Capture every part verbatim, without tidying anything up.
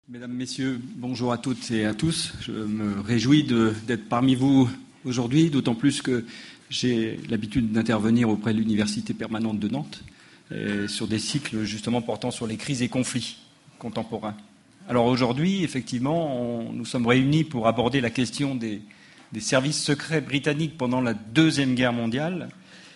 Mesdames, Messieurs, bonjour à toutes et à tous. Je me réjouis de, d'être parmi vous aujourd'hui, d'autant plus que j'ai l'habitude d'intervenir auprès de l'Université permanente de Nantes et sur des cycles justement portant sur les crises et conflits contemporains. Alors aujourd'hui, effectivement, on, nous sommes réunis pour aborder la question des, des services secrets britanniques pendant la Deuxième Guerre mondiale,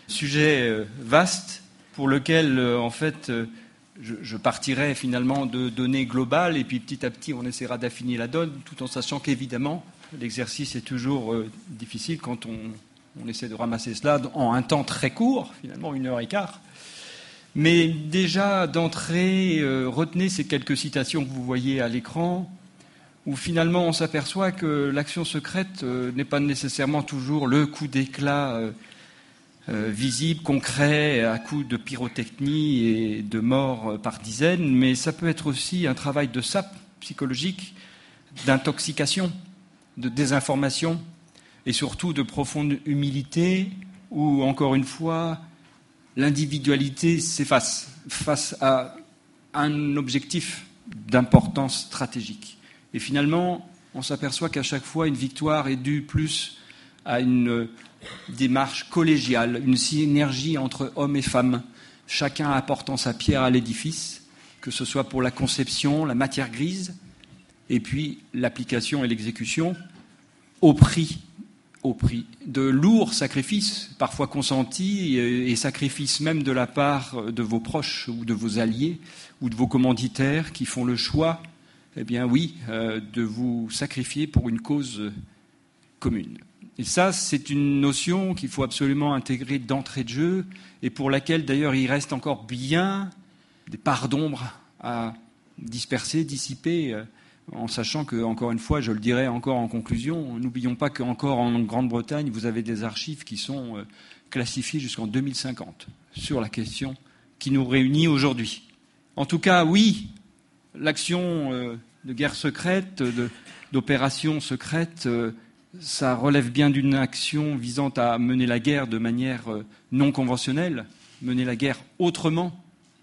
sujet vaste pour lequel, en fait, Je, je partirai finalement de données globales et puis petit à petit on essaiera d'affiner la donne, tout en sachant qu'évidemment l'exercice est toujours euh, difficile quand on, on essaie de ramasser cela en un temps très court, finalement une heure et quart. Mais déjà d'entrée, euh, retenez ces quelques citations que vous voyez à l'écran, où finalement on s'aperçoit que l'action secrète euh, n'est pas nécessairement toujours le coup d'éclat euh, Euh, visible, concret, à coups de pyrotechnie et de morts par dizaines, mais ça peut être aussi un travail de sape psychologique, d'intoxication, de désinformation et surtout de profonde humilité où, encore une fois, l'individualité s'efface face à un objectif d'importance stratégique. Et finalement, on s'aperçoit qu'à chaque fois, une victoire est due plus à une démarche collégiale, une synergie entre hommes et femmes, chacun apportant sa pierre à l'édifice, que ce soit pour la conception, la matière grise, et puis l'application et l'exécution, au prix, au prix de lourds sacrifices, parfois consentis, et sacrifices même de la part de vos proches ou de vos alliés ou de vos commanditaires qui font le choix, eh bien oui, euh, de vous sacrifier pour une cause commune. Et ça, c'est une notion qu'il faut absolument intégrer d'entrée de jeu et pour laquelle, d'ailleurs, il reste encore bien des parts d'ombre à disperser, dissiper, en sachant que, encore une fois, je le dirai encore en conclusion, n'oublions pas qu'encore en Grande-Bretagne, vous avez des archives qui sont classifiées jusqu'en deux mille cinquante sur la question qui nous réunit aujourd'hui. En tout cas, oui, l'action de guerre secrète, de, d'opération secrète, ça relève bien d'une action visant à mener la guerre de manière non conventionnelle, mener la guerre autrement,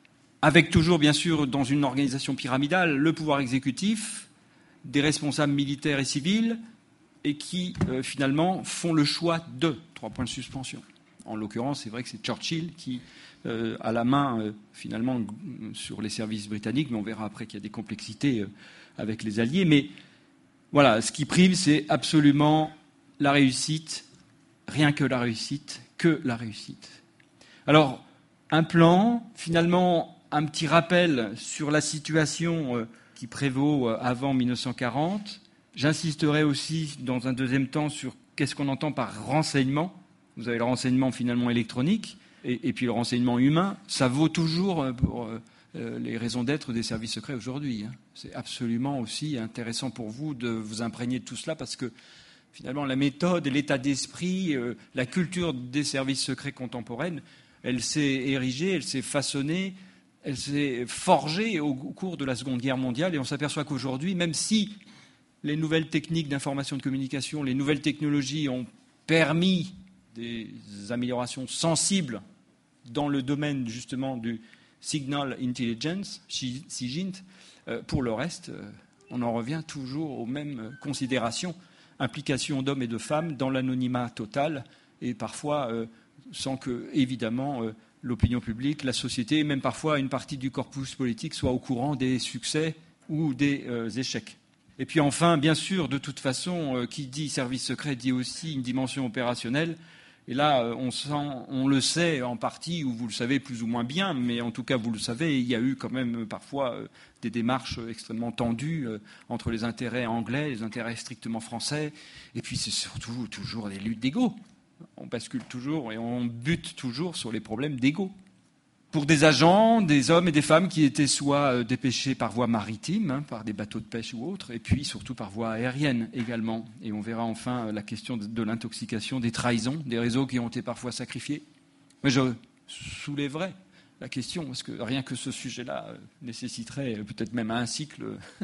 avec toujours, bien sûr, dans une organisation pyramidale, le pouvoir exécutif, des responsables militaires et civils, et qui, euh, finalement, font le choix de trois points de suspension. En l'occurrence, c'est vrai que c'est Churchill qui euh, a la main, euh, finalement, sur les services britanniques, mais on verra après qu'il y a des complexités euh, avec les Alliés, mais voilà, ce qui prime, c'est absolument la réussite, rien que la réussite, que la réussite. Alors, un plan, finalement, un petit rappel sur la situation qui prévaut avant mille neuf cent quarante. J'insisterai aussi, dans un deuxième temps, sur qu'est-ce qu'on entend par renseignement. Vous avez le renseignement, finalement, électronique, et, et puis le renseignement humain. Ça vaut toujours pour les raisons d'être des services secrets aujourd'hui. C'est absolument aussi intéressant pour vous de vous imprégner de tout cela parce que finalement la méthode, l'état d'esprit, la culture des services secrets contemporaines, elle s'est érigée, elle s'est façonnée, elle s'est forgée au cours de la Seconde Guerre mondiale et on s'aperçoit qu'aujourd'hui, même si les nouvelles techniques d'information et de communication, les nouvelles technologies ont permis des améliorations sensibles dans le domaine justement du Signal Intelligence, S I G I N T, euh, pour le reste, euh, on en revient toujours aux mêmes considérations, implication d'hommes et de femmes dans l'anonymat total, et parfois euh, sans que, évidemment, euh, l'opinion publique, la société, et même parfois une partie du corpus politique soit au courant des succès ou des euh, échecs. Et puis enfin, bien sûr, de toute façon, euh, qui dit service secret dit aussi une dimension opérationnelle. Et là, on, sent, on le sait en partie, ou vous le savez plus ou moins bien, mais en tout cas, vous le savez, il y a eu quand même parfois des démarches extrêmement tendues entre les intérêts anglais, les intérêts strictement français, et puis c'est surtout toujours des luttes d'ego. On bascule toujours et on bute toujours sur les problèmes d'ego. Pour des agents, des hommes et des femmes qui étaient soit dépêchés par voie maritime, hein, par des bateaux de pêche ou autres, et puis surtout par voie aérienne également. Et on verra enfin la question de, de l'intoxication, des trahisons, des réseaux qui ont été parfois sacrifiés. Mais je soulèverai la question, parce que rien que ce sujet-là nécessiterait peut-être même un cycle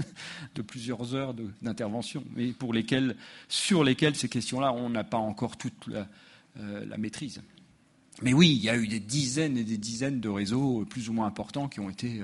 de plusieurs heures de, d'intervention, mais pour lesquels, sur lesquels ces questions-là, on n'a pas encore toute la, euh, la maîtrise. Mais oui, il y a eu des dizaines et des dizaines de réseaux plus ou moins importants qui ont été euh,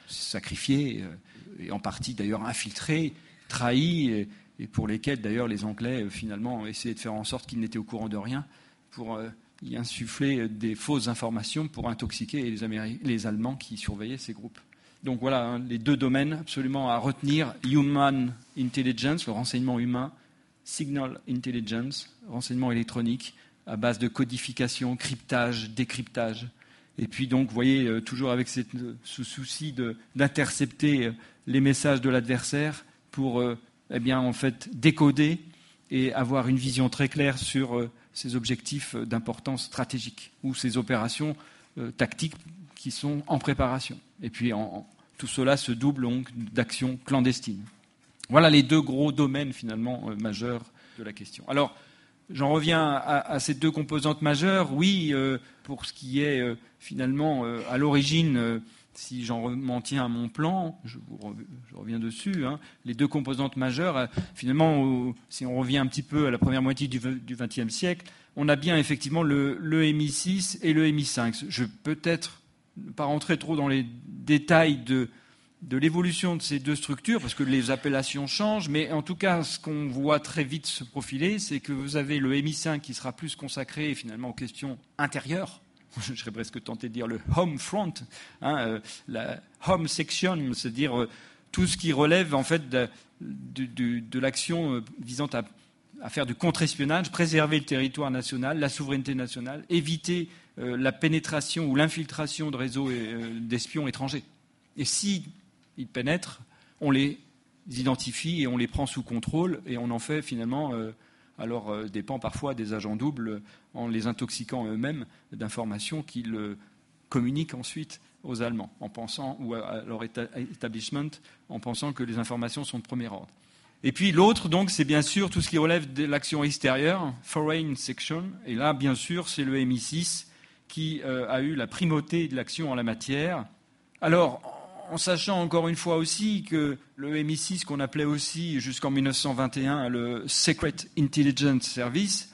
sacrifiés, euh, et en partie d'ailleurs infiltrés, trahis, et, et pour lesquels d'ailleurs les Anglais euh, finalement ont essayé de faire en sorte qu'ils n'étaient au courant de rien pour euh, y insuffler des fausses informations pour intoxiquer les, Améri- les Allemands qui surveillaient ces groupes. Donc voilà hein, les deux domaines absolument à retenir, Human Intelligence, le renseignement humain, Signal Intelligence, renseignement électronique, à base de codification, cryptage, décryptage. Et puis donc, vous voyez, euh, toujours avec cette, ce souci de, d'intercepter euh, les messages de l'adversaire pour, euh, eh bien, en fait, décoder et avoir une vision très claire sur euh, ces objectifs d'importance stratégique ou ces opérations euh, tactiques qui sont en préparation. Et puis, en, en, tout cela se double donc d'actions clandestines. Voilà les deux gros domaines, finalement, euh, majeurs de la question. Alors, j'en reviens à, à ces deux composantes majeures. Oui, euh, pour ce qui est, euh, finalement, euh, à l'origine, euh, si j'en m'en tiens à mon plan, je, vous re, je reviens dessus, hein, les deux composantes majeures, euh, finalement, au, si on revient un petit peu à la première moitié du vingtième siècle, on a bien, effectivement, le, le M I six et le M I cinq. Je peux peut-être ne pas rentrer trop dans les détails de... de l'évolution de ces deux structures, parce que les appellations changent, mais en tout cas, ce qu'on voit très vite se profiler, c'est que vous avez le M I cinq qui sera plus consacré finalement aux questions intérieures. Je serais presque tenté de dire le home front, hein, euh, la home section, c'est-à-dire euh, tout ce qui relève en fait de, de, de, de l'action euh, visant à, à faire du contre-espionnage, préserver le territoire national, la souveraineté nationale, éviter euh, la pénétration ou l'infiltration de réseaux euh, d'espions étrangers. Et si ils pénètrent, on les identifie et on les prend sous contrôle et on en fait finalement, euh, alors euh, dépend parfois des agents doubles, en les intoxiquant eux-mêmes d'informations qu'ils euh, communiquent ensuite aux Allemands, en pensant, ou à, à leur éta- establishment, en pensant que les informations sont de premier ordre. Et puis l'autre, donc, c'est bien sûr tout ce qui relève de l'action extérieure, foreign section, et là, bien sûr, c'est le M I six qui euh, a eu la primauté de l'action en la matière. Alors, en sachant encore une fois aussi que le M I six, qu'on appelait aussi jusqu'en mille neuf cent vingt et un le Secret Intelligence Service,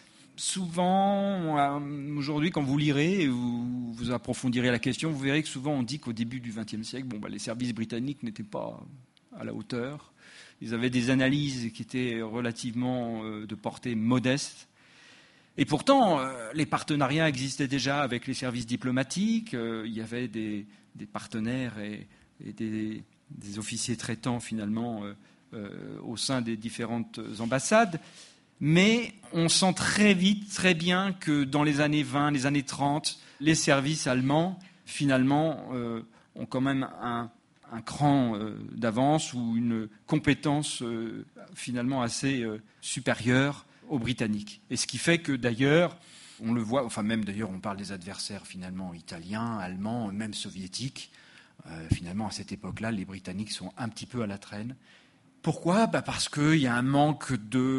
souvent, aujourd'hui, quand vous lirez et vous, vous approfondirez la question, vous verrez que souvent on dit qu'au début du vingtième siècle, bon, bah, les services britanniques n'étaient pas à la hauteur. Ils avaient des analyses qui étaient relativement euh, de portée modeste. Et pourtant, euh, les partenariats existaient déjà avec les services diplomatiques. Euh, il y avait des, des partenaires et et des, des officiers traitants finalement euh, euh, au sein des différentes ambassades. Mais on sent très vite, très bien que dans les années vingt, les années trente, les services allemands finalement euh, ont quand même un, un cran euh, d'avance ou une compétence euh, finalement assez euh, supérieure aux Britanniques. Et ce qui fait que d'ailleurs, on le voit, enfin même d'ailleurs on parle des adversaires finalement italiens, allemands, même soviétiques. Euh, finalement, à cette époque-là, les Britanniques sont un petit peu à la traîne. Pourquoi ? Bah parce qu'il y a un manque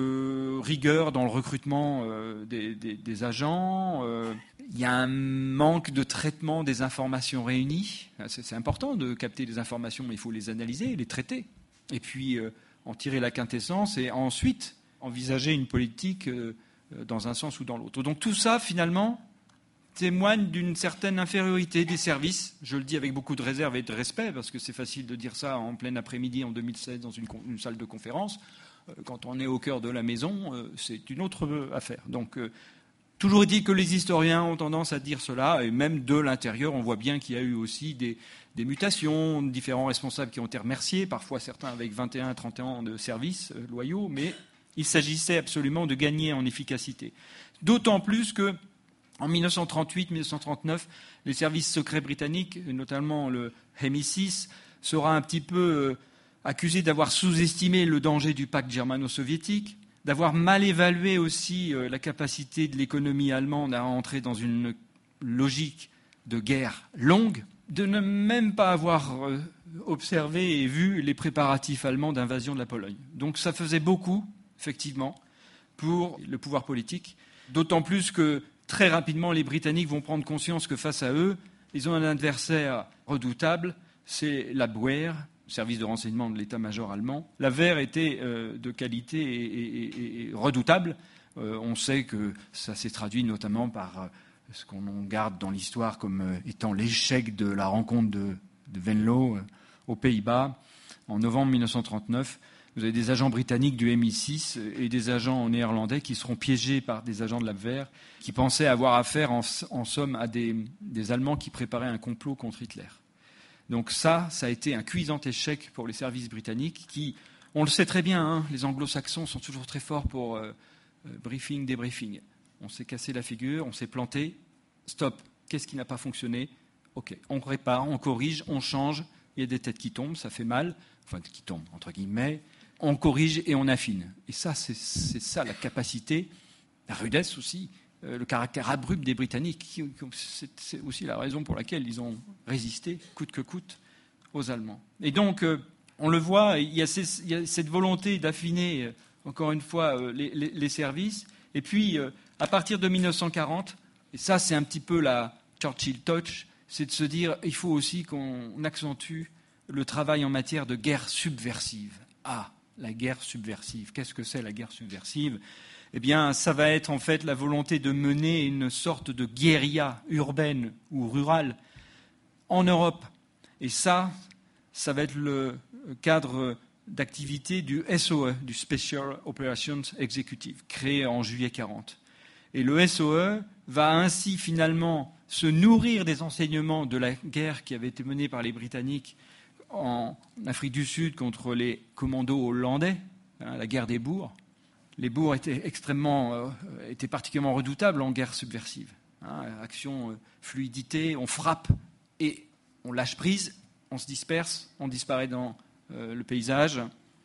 de rigueur dans le recrutement euh, des, des, des agents. Euh, il y a un manque de traitement des informations réunies. C'est, c'est important de capter des informations, mais il faut les analyser, les traiter. Et puis euh, en tirer la quintessence et ensuite envisager une politique euh, dans un sens ou dans l'autre. Donc tout ça, finalement, témoigne d'une certaine infériorité des services. Je le dis avec beaucoup de réserve et de respect, parce que c'est facile de dire ça en plein après-midi en deux mille seize dans une, une salle de conférence. Euh, quand on est au cœur de la maison, euh, c'est une autre euh, affaire. Donc, euh, toujours dit que les historiens ont tendance à dire cela, et même de l'intérieur, on voit bien qu'il y a eu aussi des, des mutations, différents responsables qui ont été remerciés, parfois certains avec vingt et un à trente ans de services euh, loyaux, mais il s'agissait absolument de gagner en efficacité. D'autant plus que en mille neuf cent trente-huit mille neuf cent trente-neuf, les services secrets britanniques, notamment le M I six, sera un petit peu accusé d'avoir sous-estimé le danger du pacte germano-soviétique, d'avoir mal évalué aussi la capacité de l'économie allemande à entrer dans une logique de guerre longue, de ne même pas avoir observé et vu les préparatifs allemands d'invasion de la Pologne. Donc ça faisait beaucoup, effectivement, pour le pouvoir politique, d'autant plus que très rapidement, les Britanniques vont prendre conscience que face à eux, ils ont un adversaire redoutable, c'est l'Abwehr, service de renseignement de l'état-major allemand. L'Abwehr était euh, de qualité et, et, et redoutable. Euh, on sait que ça s'est traduit notamment par euh, ce qu'on garde dans l'histoire comme euh, étant l'échec de la rencontre de, de Venlo euh, aux Pays-Bas, en novembre mille neuf cent trente-neuf. Vous avez des agents britanniques du M I six et des agents néerlandais qui seront piégés par des agents de l'Abwehr qui pensaient avoir affaire, en, en somme, à des, des Allemands qui préparaient un complot contre Hitler. Donc ça, ça a été un cuisant échec pour les services britanniques qui, on le sait très bien, hein, les anglo-saxons sont toujours très forts pour euh, euh, briefing, débriefing. On s'est cassé la figure, on s'est planté, stop, qu'est-ce qui n'a pas fonctionné? Ok, on répare, on corrige, on change, il y a des têtes qui tombent, ça fait mal, enfin qui tombent, entre guillemets, on corrige et on affine. Et ça, c'est, c'est ça la capacité, la rudesse aussi, euh, le caractère abrupt des Britanniques. Qui, c'est, c'est aussi la raison pour laquelle ils ont résisté, coûte que coûte, aux Allemands. Et donc, euh, on le voit, il y, a ces, il y a cette volonté d'affiner, euh, encore une fois, euh, les, les, les services. Et puis, euh, à partir de mille neuf cent quarante, et ça, c'est un petit peu la Churchill touch, c'est de se dire il faut aussi qu'on accentue le travail en matière de guerre subversive. Ah, la guerre subversive. Qu'est-ce que c'est la guerre subversive? Eh bien, ça va être en fait la volonté de mener une sorte de guérilla urbaine ou rurale en Europe. Et ça, ça va être le cadre d'activité du S O E, du Special Operations Executive, créé en juillet quarante. Et le S O E va ainsi finalement se nourrir des enseignements de la guerre qui avait été menée par les Britanniques en Afrique du Sud contre les commandos hollandais, hein, la guerre des bourgs. Les bourgs étaient extrêmement, euh, étaient particulièrement redoutables en guerre subversive. Hein, action, euh, fluidité, on frappe et on lâche prise, on se disperse, on disparaît dans euh, le paysage.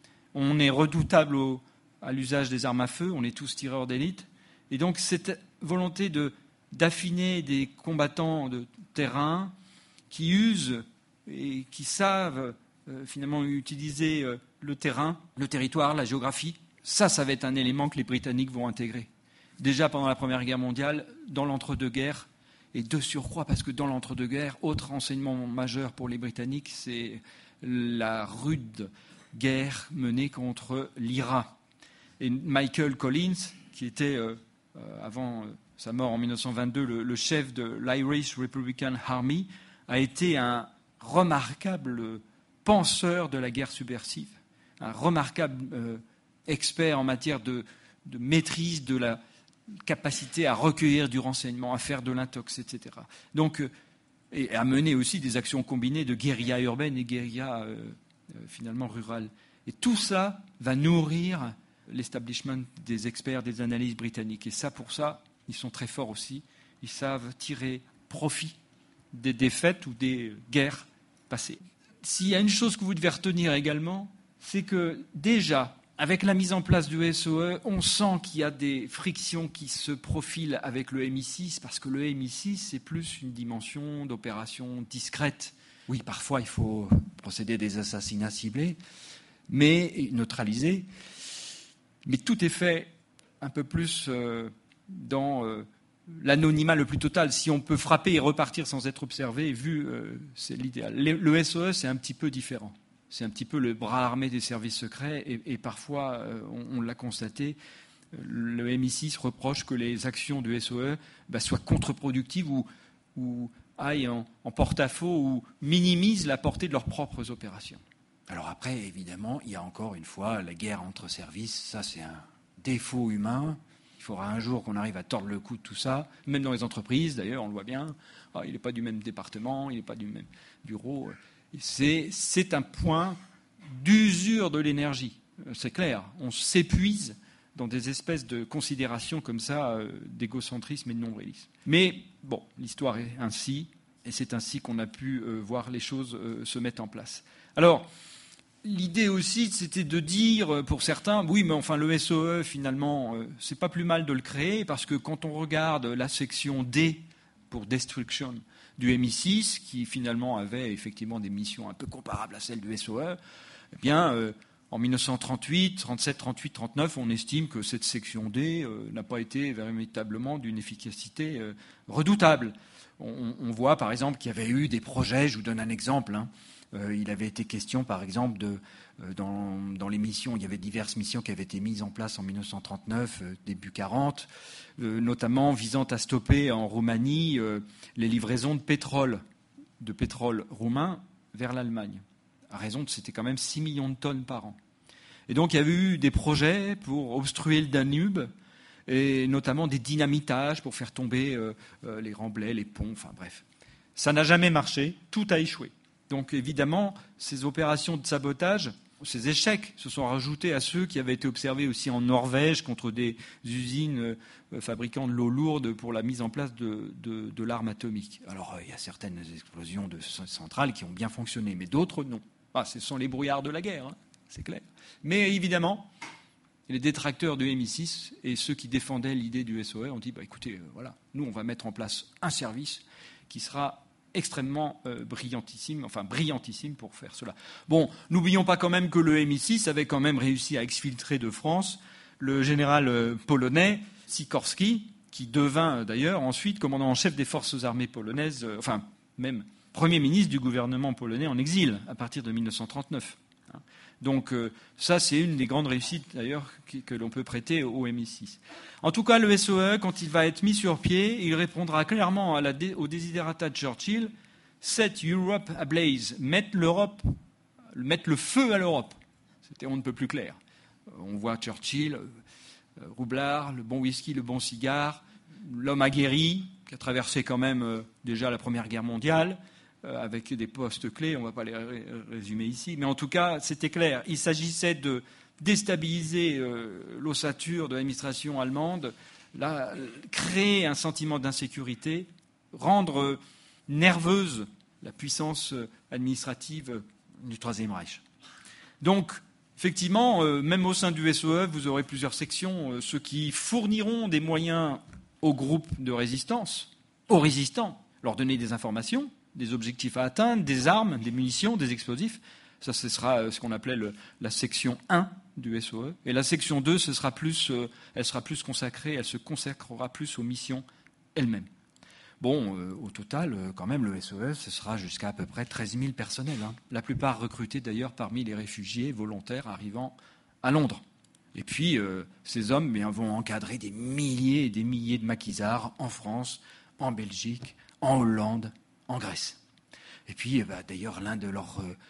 On est redoutable au, à l'usage des armes à feu, on est tous tireurs d'élite. Et donc cette volonté de, d'affiner des combattants de terrain qui usent et qui savent euh, finalement utiliser euh, le terrain, le territoire, la géographie, ça, ça va être un élément que les Britanniques vont intégrer. Déjà pendant la Première Guerre mondiale, dans l'entre-deux-guerres, et de surcroît, parce que dans l'entre-deux-guerres, autre enseignement majeur pour les Britanniques, c'est la rude guerre menée contre l'I R A. Et Michael Collins, qui était, euh, euh, avant euh, sa mort en mille neuf cent vingt-deux, le, le chef de l'Irish Republican Army, a été un remarquable penseur de la guerre subversive, un remarquable euh, expert en matière de, de maîtrise de la capacité à recueillir du renseignement, à faire de l'intox, et cetera. Donc, euh, et à mener aussi des actions combinées de guérilla urbaine et guérilla euh, euh, finalement rurale. Et tout ça va nourrir l'establishment des experts, des analyses britanniques. Et ça, pour ça, ils sont très forts aussi. Ils savent tirer profit des défaites ou des guerres passées. S'il y a une chose que vous devez retenir également, c'est que déjà, avec la mise en place du S O E, on sent qu'il y a des frictions qui se profilent avec le M I six, parce que le M I six, c'est plus une dimension d'opération discrète. Oui, parfois, il faut procéder à des assassinats ciblés, mais neutralisés. Mais tout est fait un peu plus euh, dans euh, l'anonymat le plus total. Si on peut frapper et repartir sans être observé, vu, euh, c'est l'idéal. Le S O E, c'est un petit peu différent. C'est un petit peu le bras armé des services secrets et, et parfois, euh, on, on l'a constaté, le M I six reproche que les actions du S O E bah, soient contre-productives ou, ou aillent en, en porte-à-faux ou minimisent la portée de leurs propres opérations. Alors après, évidemment, il y a encore une fois la guerre entre services. Ça, c'est un défaut humain. Il faudra un jour qu'on arrive à tordre le cou de tout ça, même dans les entreprises, d'ailleurs, on le voit bien. Ah, il n'est pas du même département, il n'est pas du même bureau. C'est, c'est un point d'usure de l'énergie. C'est clair, on s'épuise dans des espèces de considérations comme ça, euh, d'égocentrisme et de nombrilisme. Mais bon, l'histoire est ainsi, et c'est ainsi qu'on a pu euh, voir les choses euh, se mettre en place. Alors, l'idée aussi, c'était de dire, pour certains, oui, mais enfin, le S O E, finalement, euh, c'est pas plus mal de le créer, parce que quand on regarde la section D, pour Destruction, du M I six, qui finalement avait effectivement des missions un peu comparables à celles du S O E, eh bien, euh, en mille neuf cent trente-huit, trente-sept, trente-huit, trente-neuf, on estime que cette section D euh, n'a pas été véritablement d'une efficacité euh, redoutable. On, on voit par exemple qu'il y avait eu des projets, je vous donne un exemple, hein, euh, il avait été question par exemple de, euh, dans, dans les missions, il y avait diverses missions qui avaient été mises en place en mille neuf cent trente-neuf, euh, début quarante, euh, notamment visant à stopper en Roumanie euh, les livraisons de pétrole, de pétrole roumain vers l'Allemagne. à raison de, c'était quand même six millions de tonnes par an. Et donc, il y avait eu des projets pour obstruer le Danube, et notamment des dynamitages pour faire tomber euh, euh, les remblais, les ponts, enfin bref. Ça n'a jamais marché, tout a échoué. Donc, évidemment, ces opérations de sabotage, ces échecs se sont rajoutés à ceux qui avaient été observés aussi en Norvège contre des usines euh, fabriquant de l'eau lourde pour la mise en place de, de, de l'arme atomique. Alors, euh, il y a certaines explosions de centrales qui ont bien fonctionné, mais d'autres non. Ah, ce sont les brouillards de la guerre, hein, c'est clair. Mais évidemment, les détracteurs du M I six et ceux qui défendaient l'idée du S O E ont dit bah, écoutez, euh, voilà, nous, on va mettre en place un service qui sera extrêmement euh, brillantissime, enfin brillantissime pour faire cela. Bon, n'oublions pas quand même que le M I six avait quand même réussi à exfiltrer de France le général euh, polonais Sikorski, qui devint euh, d'ailleurs ensuite commandant en chef des forces armées polonaises, euh, enfin même Premier ministre du gouvernement polonais en exil à partir de mille neuf cent trente-neuf. Hein. Donc euh, ça, c'est une des grandes réussites d'ailleurs que, que l'on peut prêter au M I six. En tout cas, le S O E, quand il va être mis sur pied, il répondra clairement à la dé, au desiderata de Churchill, set Europe ablaze, mettre l'Europe, mettre le feu à l'Europe. C'était on ne peut plus clair. On voit Churchill, euh, Roublard, le bon whisky, le bon cigare, l'homme aguerri qui a traversé quand même euh, déjà la Première Guerre mondiale, euh, avec des postes clés, on ne va pas les ré- résumer ici, mais en tout cas, c'était clair. Il s'agissait de déstabiliser euh, l'ossature de l'administration allemande, là, créer un sentiment d'insécurité, rendre euh, nerveuse la puissance euh, administrative euh, du Troisième Reich. Donc, effectivement, euh, même au sein du S O E, vous aurez plusieurs sections, euh, ceux qui fourniront des moyens aux groupes de résistance, aux résistants, leur donner des informations, des objectifs à atteindre, des armes, des munitions, des explosifs. Ça, ce sera ce qu'on appelait le, la section un du S O E. Et la section deux, ce sera plus, euh, elle sera plus consacrée, elle se consacrera plus aux missions elles-mêmes. Bon, euh, au total, euh, quand même, le S O E, ce sera jusqu'à à peu près treize mille personnels. Hein. La plupart recrutés d'ailleurs parmi les réfugiés volontaires arrivant à Londres. Et puis, euh, ces hommes bien, vont encadrer des milliers et des milliers de maquisards en France, en Belgique, en Hollande, en Grèce. Et puis, euh, bah, d'ailleurs, l'un de leurs euh,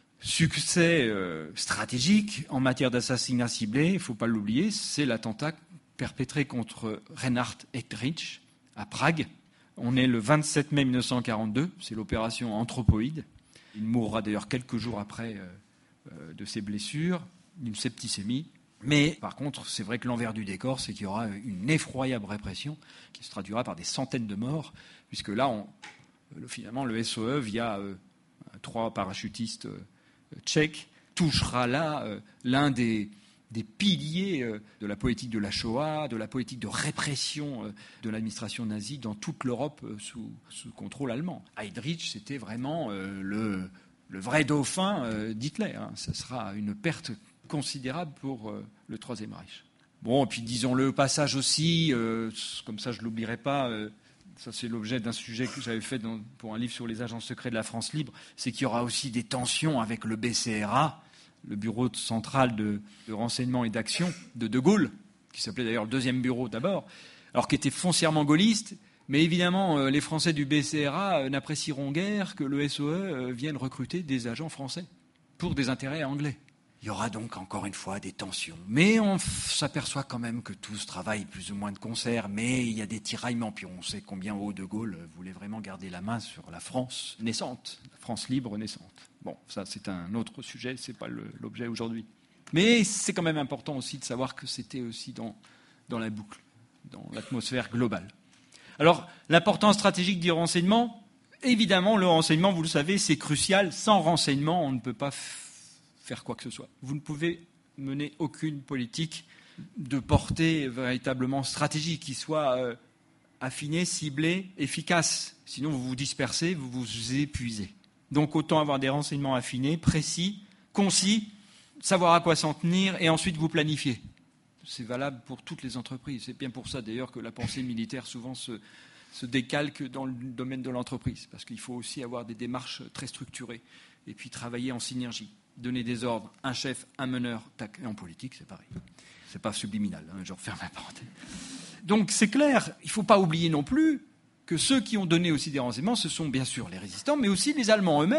succès euh, stratégiques en matière d'assassinat ciblé, il ne faut pas l'oublier, c'est l'attentat perpétré contre Reinhard Heydrich à Prague. On est le vingt-sept mai mille neuf cent quarante-deux, c'est l'opération Anthropoïde. Il mourra d'ailleurs quelques jours après euh, euh, de ses blessures, d'une septicémie. Mais par contre, c'est vrai que l'envers du décor, c'est qu'il y aura une effroyable répression qui se traduira par des centaines de morts, puisque là, on, finalement, le S O E, via euh, trois parachutistes euh, tchèques, touchera là euh, l'un des, des piliers euh, de la politique de la Shoah, de la politique de répression euh, de l'administration nazie dans toute l'Europe euh, sous, sous contrôle allemand. Heydrich, c'était vraiment euh, le, le vrai dauphin euh, d'Hitler. Hein. Ça sera une perte considérable pour euh, le Troisième Reich. Bon, et puis disons-le au passage aussi, euh, comme ça je ne l'oublierai pas, euh, ça c'est l'objet d'un sujet que j'avais fait dans, pour un livre sur les agents secrets de la France libre, c'est qu'il y aura aussi des tensions avec le B C R A, le bureau central de, de renseignement et d'action de De Gaulle, qui s'appelait d'ailleurs le deuxième bureau d'abord, alors qui était foncièrement gaulliste, mais évidemment euh, les Français du B C R A euh, n'apprécieront guère que le S O E euh, vienne recruter des agents français pour des intérêts anglais. Il y aura donc encore une fois des tensions. Mais on s'aperçoit quand même que tous travaillent plus ou moins de concert, mais il y a des tiraillements. Puis on sait combien Haut de Gaulle voulait vraiment garder la main sur la France naissante, la France libre naissante. Bon, ça c'est un autre sujet, ce n'est pas le, l'objet aujourd'hui. Mais c'est quand même important aussi de savoir que c'était aussi dans, dans la boucle, dans l'atmosphère globale. Alors, l'importance stratégique du renseignement, évidemment, le renseignement, vous le savez, c'est crucial. Sans renseignement, on ne peut pas f- faire quoi que ce soit. Vous ne pouvez mener aucune politique de portée véritablement stratégique qui soit euh, affinée, ciblée, efficace. Sinon, vous vous dispersez, vous vous épuisez. Donc, autant avoir des renseignements affinés, précis, concis, savoir à quoi s'en tenir et ensuite vous planifier. C'est valable pour toutes les entreprises. C'est bien pour ça, d'ailleurs, que la pensée militaire souvent se, se décalque dans le domaine de l'entreprise, parce qu'il faut aussi avoir des démarches très structurées et puis travailler en synergie. Donner des ordres, un chef, un meneur, tac, et en politique, c'est pareil. C'est pas subliminal, hein, je referme la parenthèse. Donc c'est clair, il ne faut pas oublier non plus que ceux qui ont donné aussi des renseignements, ce sont bien sûr les résistants, mais aussi les Allemands eux-mêmes,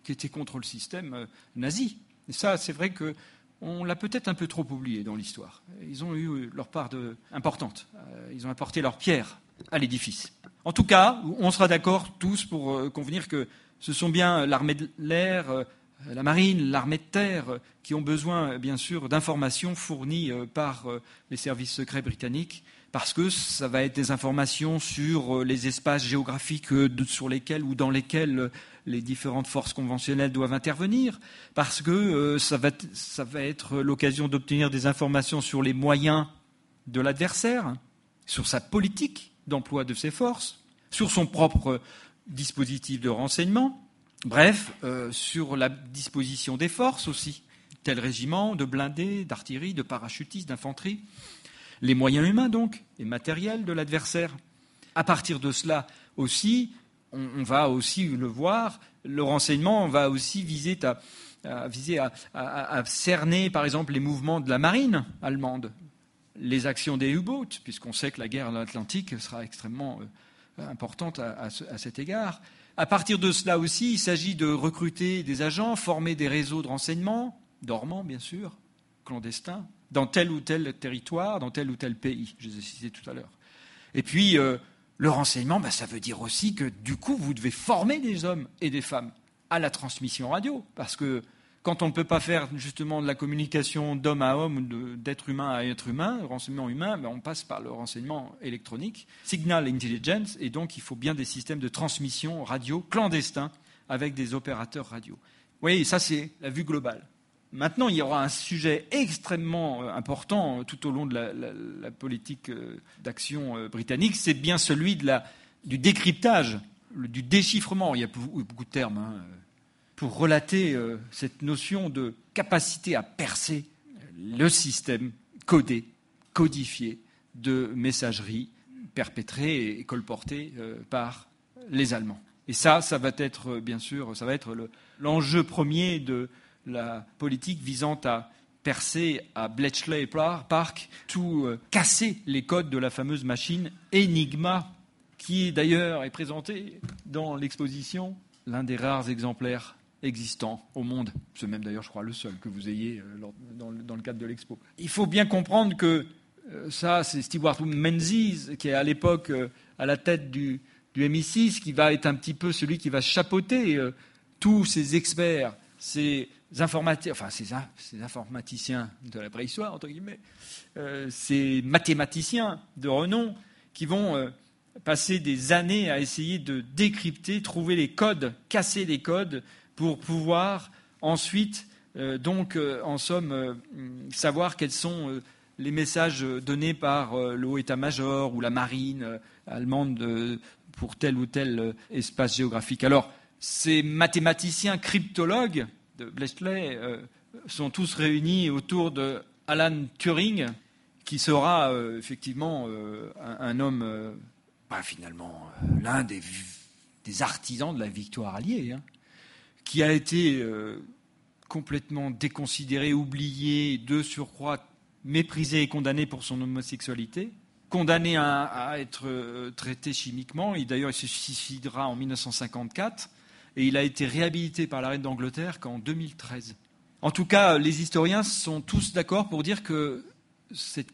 qui étaient contre le système euh, nazi. Et ça, c'est vrai qu'on l'a peut-être un peu trop oublié dans l'histoire. Ils ont eu leur part de, importante. Euh, ils ont apporté leur pierre à l'édifice. En tout cas, on sera d'accord tous pour euh, convenir que ce sont bien l'armée de l'air, euh, la marine, l'armée de terre, euh, qui ont besoin, bien sûr, d'informations fournies euh, par euh, les services secrets britanniques, parce que ça va être des informations sur euh, les espaces géographiques euh, de, sur lesquels ou dans lesquels euh, les différentes forces conventionnelles doivent intervenir, parce que euh, ça va, t- ça va être l'occasion d'obtenir des informations sur les moyens de l'adversaire, sur sa politique d'emploi de ses forces, sur son propre dispositif de renseignement, bref, euh, sur la disposition des forces aussi, tel régiment, de blindés, d'artillerie, de parachutistes, d'infanterie, les moyens humains donc, et matériels de l'adversaire. À partir de cela aussi, on, on va aussi le voir, le renseignement va aussi viser à, à, viser à, à, à cerner par exemple les mouvements de la marine allemande, les actions des U-boats, puisqu'on sait que la guerre de l'Atlantique sera extrêmement euh, importante à, à, ce, à cet égard. À partir de cela aussi, il s'agit de recruter des agents, former des réseaux de renseignement, dormants bien sûr, clandestins, dans tel ou tel territoire, dans tel ou tel pays, je les ai cités tout à l'heure. Et puis, euh, le renseignement, bah, ça veut dire aussi que du coup, vous devez former des hommes et des femmes à la transmission radio, parce que quand on ne peut pas faire justement de la communication d'homme à homme ou de, d'être humain à être humain, le renseignement humain, ben on passe par le renseignement électronique, signal intelligence, et donc il faut bien des systèmes de transmission radio clandestins avec des opérateurs radio. Oui, ça c'est la vue globale. Maintenant, il y aura un sujet extrêmement important tout au long de la, la, la politique d'action britannique, c'est bien celui de la, du décryptage, du déchiffrement. Il y a beaucoup de termes, hein, pour relater euh, cette notion de capacité à percer le système codé, codifié de messagerie perpétrée et colportée euh, par les Allemands. Et ça, ça va être, bien sûr, ça va être le, l'enjeu premier de la politique visant à percer à Bletchley Park, tout euh, casser les codes de la fameuse machine Enigma, qui d'ailleurs est présentée dans l'exposition, l'un des rares exemplaires existant au monde. C'est même d'ailleurs, je crois, le seul que vous ayez dans le cadre de l'expo. Il faut bien comprendre que ça, c'est Stewart Menzies, qui est à l'époque à la tête du, du M I six, qui va être un petit peu celui qui va chapeauter tous ces experts, ces, informati- enfin, ces, ces informaticiens de la préhistoire, entre guillemets, euh, ces mathématiciens de renom qui vont euh, passer des années à essayer de décrypter, trouver les codes, casser les codes, pour pouvoir ensuite, euh, donc, euh, en somme, euh, savoir quels sont euh, les messages donnés par euh, le haut état-major ou la marine euh, allemande euh, pour tel ou tel euh, espace géographique. Alors, ces mathématiciens cryptologues de Bletchley euh, sont tous réunis autour de Alan Turing, qui sera euh, effectivement euh, un, un homme, euh, bah, finalement, euh, l'un des, des artisans de la victoire alliée, hein, qui a été euh, complètement déconsidéré, oublié, de surcroît méprisé et condamné pour son homosexualité, condamné à, à être euh, traité chimiquement. Et d'ailleurs, il se suicidera en dix-neuf cent cinquante-quatre et il a été réhabilité par la reine d'Angleterre qu'en deux mille treize. En tout cas, les historiens sont tous d'accord pour dire que cette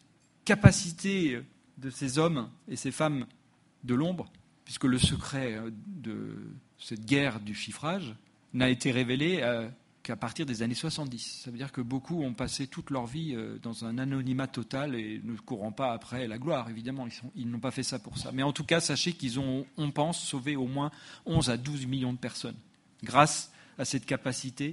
capacité de ces hommes et ces femmes de l'ombre, puisque le secret de cette guerre du chiffrage n'a été révélé euh, qu'à partir des années soixante-dix. Ça veut dire que beaucoup ont passé toute leur vie euh, dans un anonymat total et ne courant pas après la gloire, évidemment. Ils, sont, ils n'ont pas fait ça pour ça. Mais en tout cas, sachez qu'ils ont, on pense, sauvé au moins onze à douze millions de personnes grâce à cette capacité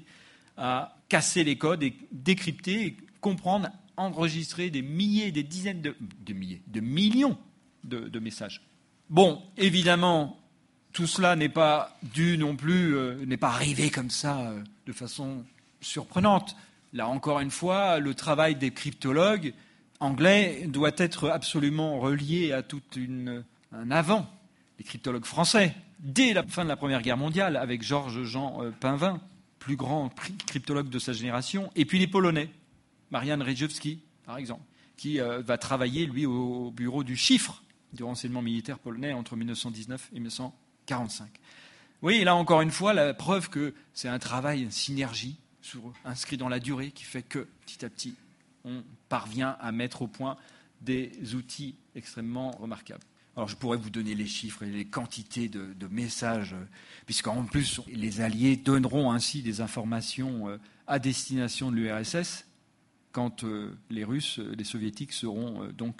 à casser les codes et décrypter, et comprendre, enregistrer des milliers, des dizaines de, de milliers, de millions de, de messages. Bon, évidemment, tout cela n'est pas dû non plus, euh, n'est pas arrivé comme ça euh, de façon surprenante. Là, encore une fois, le travail des cryptologues anglais doit être absolument relié à tout une, un avant. Les cryptologues français, dès la fin de la Première Guerre mondiale, avec Georges-Jean euh, Painvin, plus grand cryptologue de sa génération, et puis les Polonais, Marian Rejewski, par exemple, qui euh, va travailler, lui, au, au bureau du chiffre du renseignement militaire polonais entre mille neuf cent dix-neuf et mille neuf cent quarante-cinq. Oui, là encore une fois, la preuve que c'est un travail, une synergie sur, inscrit dans la durée qui fait que petit à petit, on parvient à mettre au point des outils extrêmement remarquables. Alors je pourrais vous donner les chiffres et les quantités de, de messages, puisqu'en plus les Alliés donneront ainsi des informations à destination de l'U R S S quand les Russes, les Soviétiques seront donc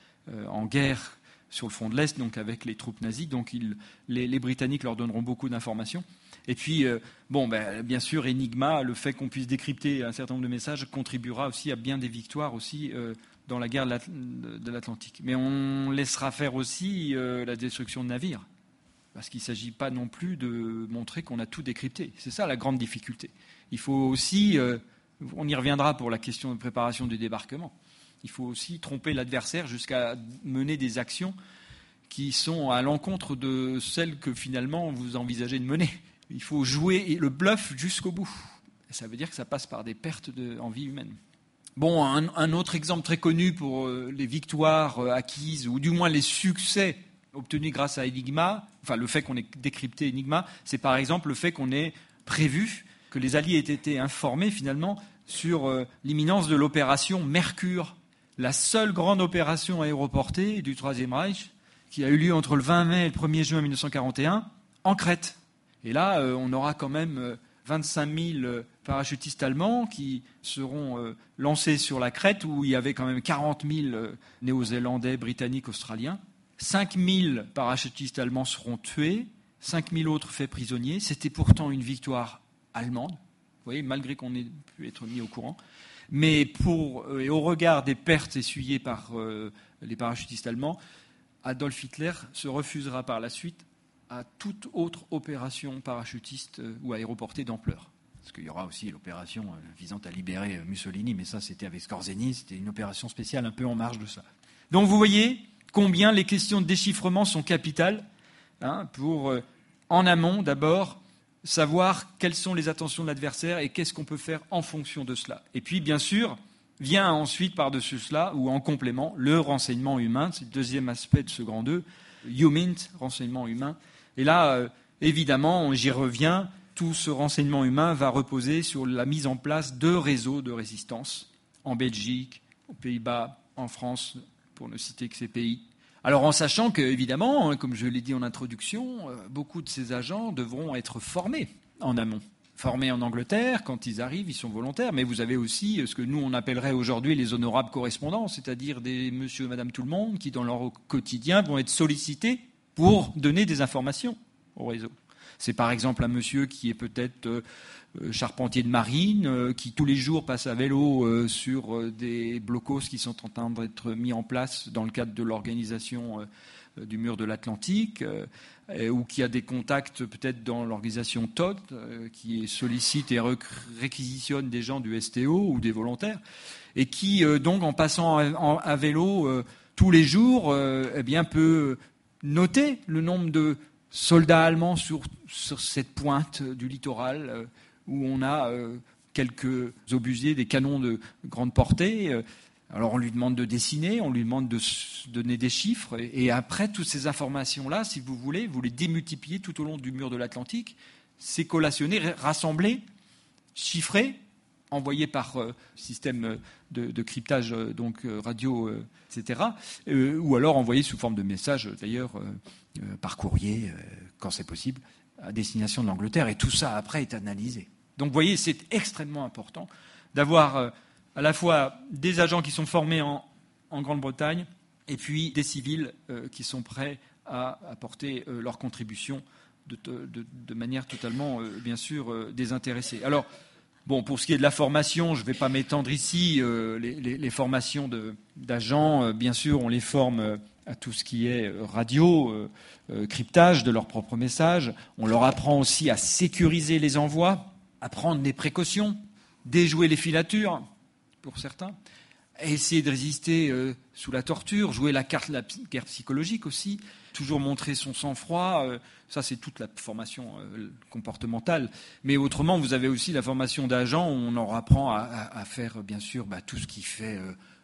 en guerre sur le front de l'Est, donc avec les troupes nazies. Donc ils, les, les Britanniques leur donneront beaucoup d'informations. Et puis, euh, bon, ben, bien sûr, Enigma, le fait qu'on puisse décrypter un certain nombre de messages contribuera aussi à bien des victoires aussi euh, dans la guerre de, l'At- de l'Atlantique. Mais on laissera faire aussi euh, la destruction de navires, parce qu'il ne s'agit pas non plus de montrer qu'on a tout décrypté. C'est ça la grande difficulté. Il faut aussi, euh, on y reviendra pour la question de préparation du débarquement, il faut aussi tromper l'adversaire jusqu'à mener des actions qui sont à l'encontre de celles que finalement vous envisagez de mener. Il faut jouer le bluff jusqu'au bout. Et ça veut dire que ça passe par des pertes de, en vie humaine. Bon, un, un autre exemple très connu pour euh, les victoires euh, acquises, ou du moins les succès obtenus grâce à Enigma, enfin le fait qu'on ait décrypté Enigma, c'est par exemple le fait qu'on ait prévu que les Alliés aient été informés finalement sur euh, l'imminence de l'opération Mercure, la seule grande opération aéroportée du Troisième Reich, qui a eu lieu entre le vingt mai et le premier juin mille neuf cent quarante et un, en Crète. Et là, euh, on aura quand même euh, vingt-cinq mille parachutistes allemands qui seront euh, lancés sur la Crète, où il y avait quand même quarante mille euh, néo-zélandais, britanniques, australiens. cinq mille parachutistes allemands seront tués, cinq mille autres faits prisonniers. C'était pourtant une victoire allemande, vous voyez, malgré qu'on ait pu être mis au courant. Mais pour, euh, et au regard des pertes essuyées par euh, les parachutistes allemands, Adolf Hitler se refusera par la suite à toute autre opération parachutiste euh, ou aéroportée d'ampleur. Parce qu'il y aura aussi l'opération euh, visant à libérer euh, Mussolini, mais ça c'était avec Scorzeni, c'était une opération spéciale un peu en marge de ça. Donc vous voyez combien les questions de déchiffrement sont capitales, hein, pour, euh, en amont d'abord, savoir quelles sont les attentions de l'adversaire et qu'est-ce qu'on peut faire en fonction de cela. Et puis, bien sûr, vient ensuite par-dessus cela, ou en complément, le renseignement humain. C'est le deuxième aspect de ce grand deux, HUMINT, renseignement humain. Et là, euh, évidemment, j'y reviens, tout ce renseignement humain va reposer sur la mise en place de réseaux de résistance en Belgique, aux Pays-Bas, en France, pour ne citer que ces pays. Alors en sachant que, évidemment, comme je l'ai dit en introduction, beaucoup de ces agents devront être formés en amont. Formés en Angleterre, quand ils arrivent, ils sont volontaires, mais vous avez aussi ce que nous on appellerait aujourd'hui les honorables correspondants, c'est-à-dire des monsieur et madame tout le monde qui, dans leur quotidien, vont être sollicités pour donner des informations au réseau. C'est par exemple un monsieur qui est peut-être euh, charpentier de marine, euh, qui tous les jours passe à vélo euh, sur euh, des blocos qui sont en train d'être mis en place dans le cadre de l'organisation euh, du mur de l'Atlantique, euh, euh, ou qui a des contacts peut-être dans l'organisation T O D, euh, qui sollicite et réquisitionne des gens du S T O ou des volontaires, et qui euh, donc en passant à, en, à vélo euh, tous les jours, euh, eh bien peut noter le nombre de soldats allemands sur, sur cette pointe du littoral euh, où on a euh, quelques obusiers, des canons de grande portée. Euh, alors on lui demande de dessiner, on lui demande de donner des chiffres, et, et après toutes ces informations-là, si vous voulez, vous les démultipliez tout au long du mur de l'Atlantique, c'est collationné, rassemblé, chiffré, envoyé par euh, système de, de cryptage euh, donc euh, radio, euh, et cetera, euh, ou alors envoyé sous forme de message, d'ailleurs, euh, euh, par courrier, euh, quand c'est possible, à destination de l'Angleterre. Et tout ça, après, est analysé. Donc, vous voyez, c'est extrêmement important d'avoir euh, à la fois des agents qui sont formés en, en Grande-Bretagne et puis des civils euh, qui sont prêts à apporter euh, leur contribution de, de, de manière totalement, euh, bien sûr, euh, désintéressée. Alors, bon, pour ce qui est de la formation, je ne vais pas m'étendre ici. Euh, les, les, les formations de, d'agents, euh, bien sûr, on les forme euh, à tout ce qui est radio, euh, euh, cryptage de leurs propres messages. On leur apprend aussi à sécuriser les envois, à prendre des précautions, déjouer les filatures, pour certains, à essayer de résister euh, sous la torture, jouer la carte de la guerre psychologique aussi, toujours montrer son sang-froid. Euh, ça, c'est toute la formation euh, comportementale. Mais autrement, vous avez aussi la formation d'agents où on leur apprend à, à, à faire, bien sûr, bah, tout ce qui fait euh,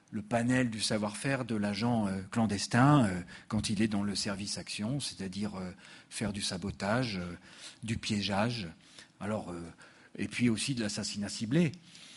le panel du savoir-faire de l'agent euh, clandestin euh, quand il est dans le service action, c'est-à-dire euh, faire du sabotage, euh, du piégeage, alors, euh, et puis aussi de l'assassinat ciblé.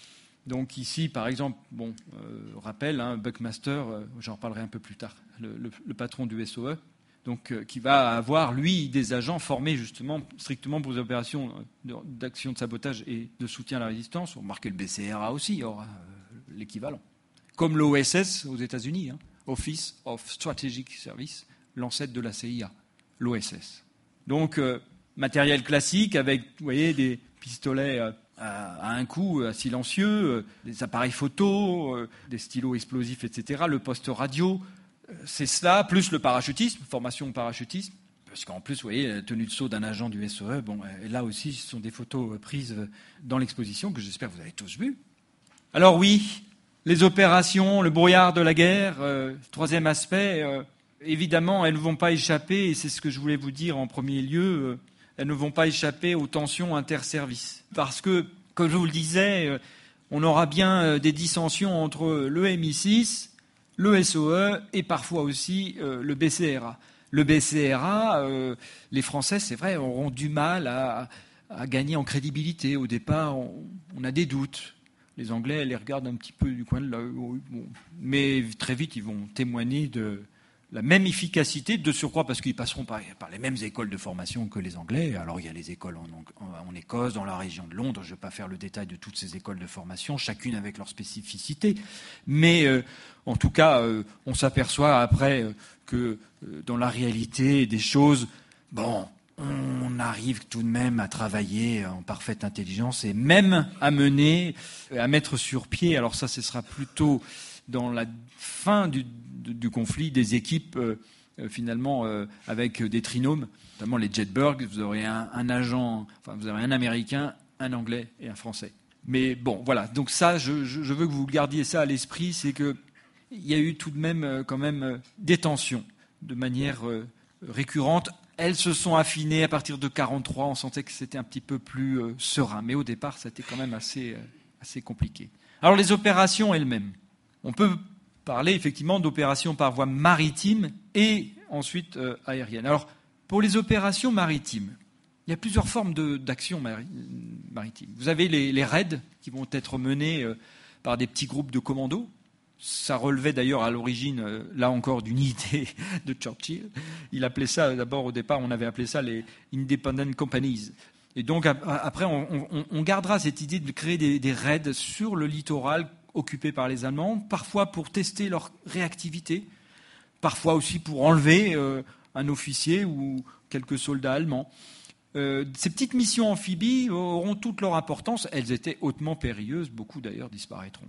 Donc ici, par exemple, bon, euh, rappel, hein, Buckmaster, euh, j'en reparlerai un peu plus tard, le, le, le patron du S O E, donc euh, qui va avoir, lui, des agents formés justement strictement pour les opérations d'action de sabotage et de soutien à la résistance. Remarquez, le B C R A aussi aura euh, l'équivalent. Comme l'O S S aux États-Unis, hein, Office of Strategic Service, l'ancêtre de la C I A, l'O S S. Donc, euh, matériel classique avec, vous voyez, des pistolets euh, à, à un coup, euh, silencieux, euh, des appareils photo, euh, des stylos explosifs, et cetera, le poste radio. Euh, c'est cela, plus le parachutisme, formation au parachutisme. Parce qu'en plus, vous voyez, la tenue de saut d'un agent du S O E, bon, euh, là aussi, ce sont des photos euh, prises dans l'exposition que j'espère que vous avez tous vues. Alors oui, les opérations, le brouillard de la guerre, euh, troisième aspect, euh, évidemment, elles ne vont pas échapper, et c'est ce que je voulais vous dire en premier lieu, euh, elles ne vont pas échapper aux tensions interservices. Parce que, comme je vous le disais, euh, on aura bien euh, des dissensions entre le M I six, le S O E et parfois aussi euh, le B C R A. Le B C R A, euh, les Français, c'est vrai, auront du mal à, à gagner en crédibilité. Au départ, on, on a des doutes. Les Anglais les regardent un petit peu du coin de l'œil. Bon. Mais très vite, ils vont témoigner de la même efficacité, de surcroît, parce qu'ils passeront par, par les mêmes écoles de formation que les Anglais. Alors, il y a les écoles en, en, en Écosse, dans la région de Londres. Je ne vais pas faire le détail de toutes ces écoles de formation, chacune avec leur spécificité. Mais, euh, en tout cas, euh, on s'aperçoit après euh, que, euh, dans la réalité des choses, bon, on arrive tout de même à travailler en parfaite intelligence et même à mener, à mettre sur pied, alors ça, ce sera plutôt dans la fin du, du conflit, des équipes euh, finalement euh, avec des trinômes, notamment les Jetberg. Vous aurez un, un agent, enfin vous aurez un Américain, un Anglais et un Français. Mais bon, voilà. Donc ça, je, je, je veux que vous gardiez ça à l'esprit, c'est que il y a eu tout de même euh, quand même euh, des tensions de manière euh, récurrente. Elles se sont affinées à partir de quarante-trois. On sentait que c'était un petit peu plus euh, serein. Mais au départ, c'était quand même assez, euh, assez compliqué. Alors, les opérations elles-mêmes. On peut parler effectivement d'opérations par voie maritime et ensuite euh, aérienne. Alors, pour les opérations maritimes, il y a plusieurs formes de, d'actions mari- maritimes. Vous avez les, les raids qui vont être menés euh, par des petits groupes de commandos. Ça relevait d'ailleurs à l'origine, euh, là encore, d'une idée de Churchill. Il appelait ça, d'abord au départ, on avait appelé ça les Independent Companies. Et donc après, on, on, on gardera cette idée de créer des, des raids sur le littoral occupé par les Allemands, parfois pour tester leur réactivité, parfois aussi pour enlever euh, un officier ou quelques soldats allemands. Euh, ces petites missions amphibies auront toute leur importance. Elles étaient hautement périlleuses, beaucoup d'ailleurs disparaîtront.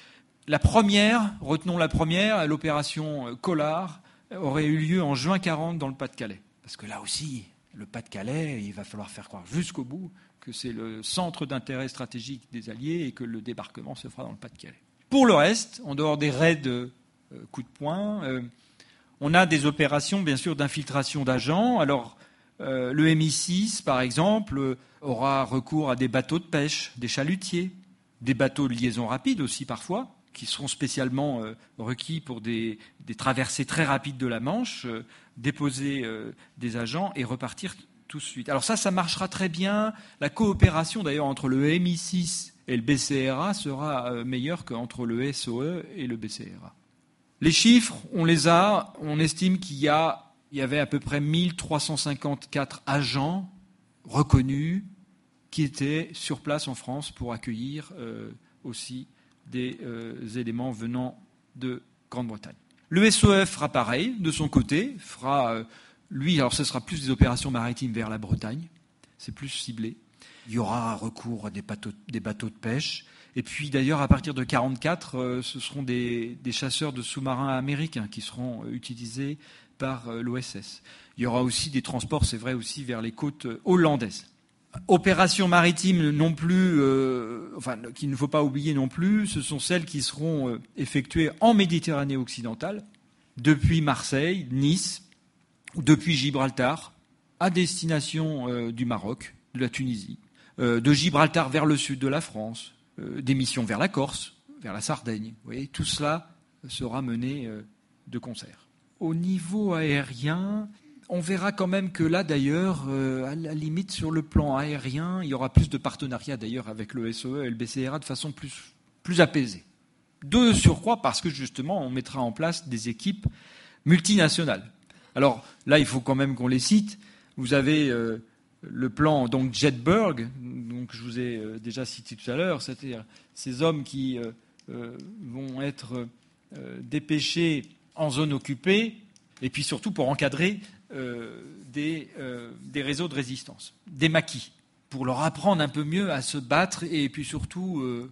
La première, retenons la première, l'opération Collard, aurait eu lieu en juin quarante dans le Pas-de-Calais. Parce que là aussi, le Pas-de-Calais, il va falloir faire croire jusqu'au bout que c'est le centre d'intérêt stratégique des Alliés et que le débarquement se fera dans le Pas-de-Calais. Pour le reste, en dehors des raids euh, coup de poing, euh, on a des opérations, bien sûr, d'infiltration d'agents. Alors, euh, le M I six, par exemple, euh, aura recours à des bateaux de pêche, des chalutiers, des bateaux de liaison rapide aussi parfois, qui seront spécialement euh, requis pour des, des traversées très rapides de la Manche, euh, déposer euh, des agents et repartir tout de suite. Alors ça, ça marchera très bien. La coopération d'ailleurs entre le M I six et le B C R A sera euh, meilleure qu'entre le S O E et le B C R A. Les chiffres, on les a. On estime qu'il y, a, il y avait à peu près mille trois cent cinquante-quatre agents reconnus qui étaient sur place en France pour accueillir euh, aussi des euh, éléments venant de Grande-Bretagne. Le S O E fera pareil, de son côté, fera, euh, lui, alors ce sera plus des opérations maritimes vers la Bretagne, c'est plus ciblé. Il y aura recours à des bateaux, des bateaux de pêche, et puis d'ailleurs à partir de mille neuf cent quarante-quatre, euh, ce seront des, des chasseurs de sous-marins américains qui seront euh, utilisés par euh, l'O S S. Il y aura aussi des transports, c'est vrai, aussi vers les côtes euh, hollandaises. Opérations maritimes non plus, euh, enfin, qu'il ne faut pas oublier non plus, ce sont celles qui seront euh, effectuées en Méditerranée occidentale, depuis Marseille, Nice, ou depuis Gibraltar, à destination euh, du Maroc, de la Tunisie, euh, de Gibraltar vers le sud de la France, euh, des missions vers la Corse, vers la Sardaigne. Vous voyez, tout cela sera menée de concert. Au niveau aérien, on verra quand même que là, d'ailleurs, euh, à la limite, sur le plan aérien, il y aura plus de partenariats, d'ailleurs, avec le S E E et le B C R A de façon plus, plus apaisée. De surcroît, parce que, justement, on mettra en place des équipes multinationales. Alors, là, il faut quand même qu'on les cite. Vous avez euh, le plan, donc, Jetberg, donc, je vous ai euh, déjà cité tout à l'heure, c'est-à-dire ces hommes qui euh, euh, vont être euh, dépêchés en zone occupée, et puis surtout pour encadrer euh, des, euh, des réseaux de résistance, des maquis, pour leur apprendre un peu mieux à se battre et puis surtout euh,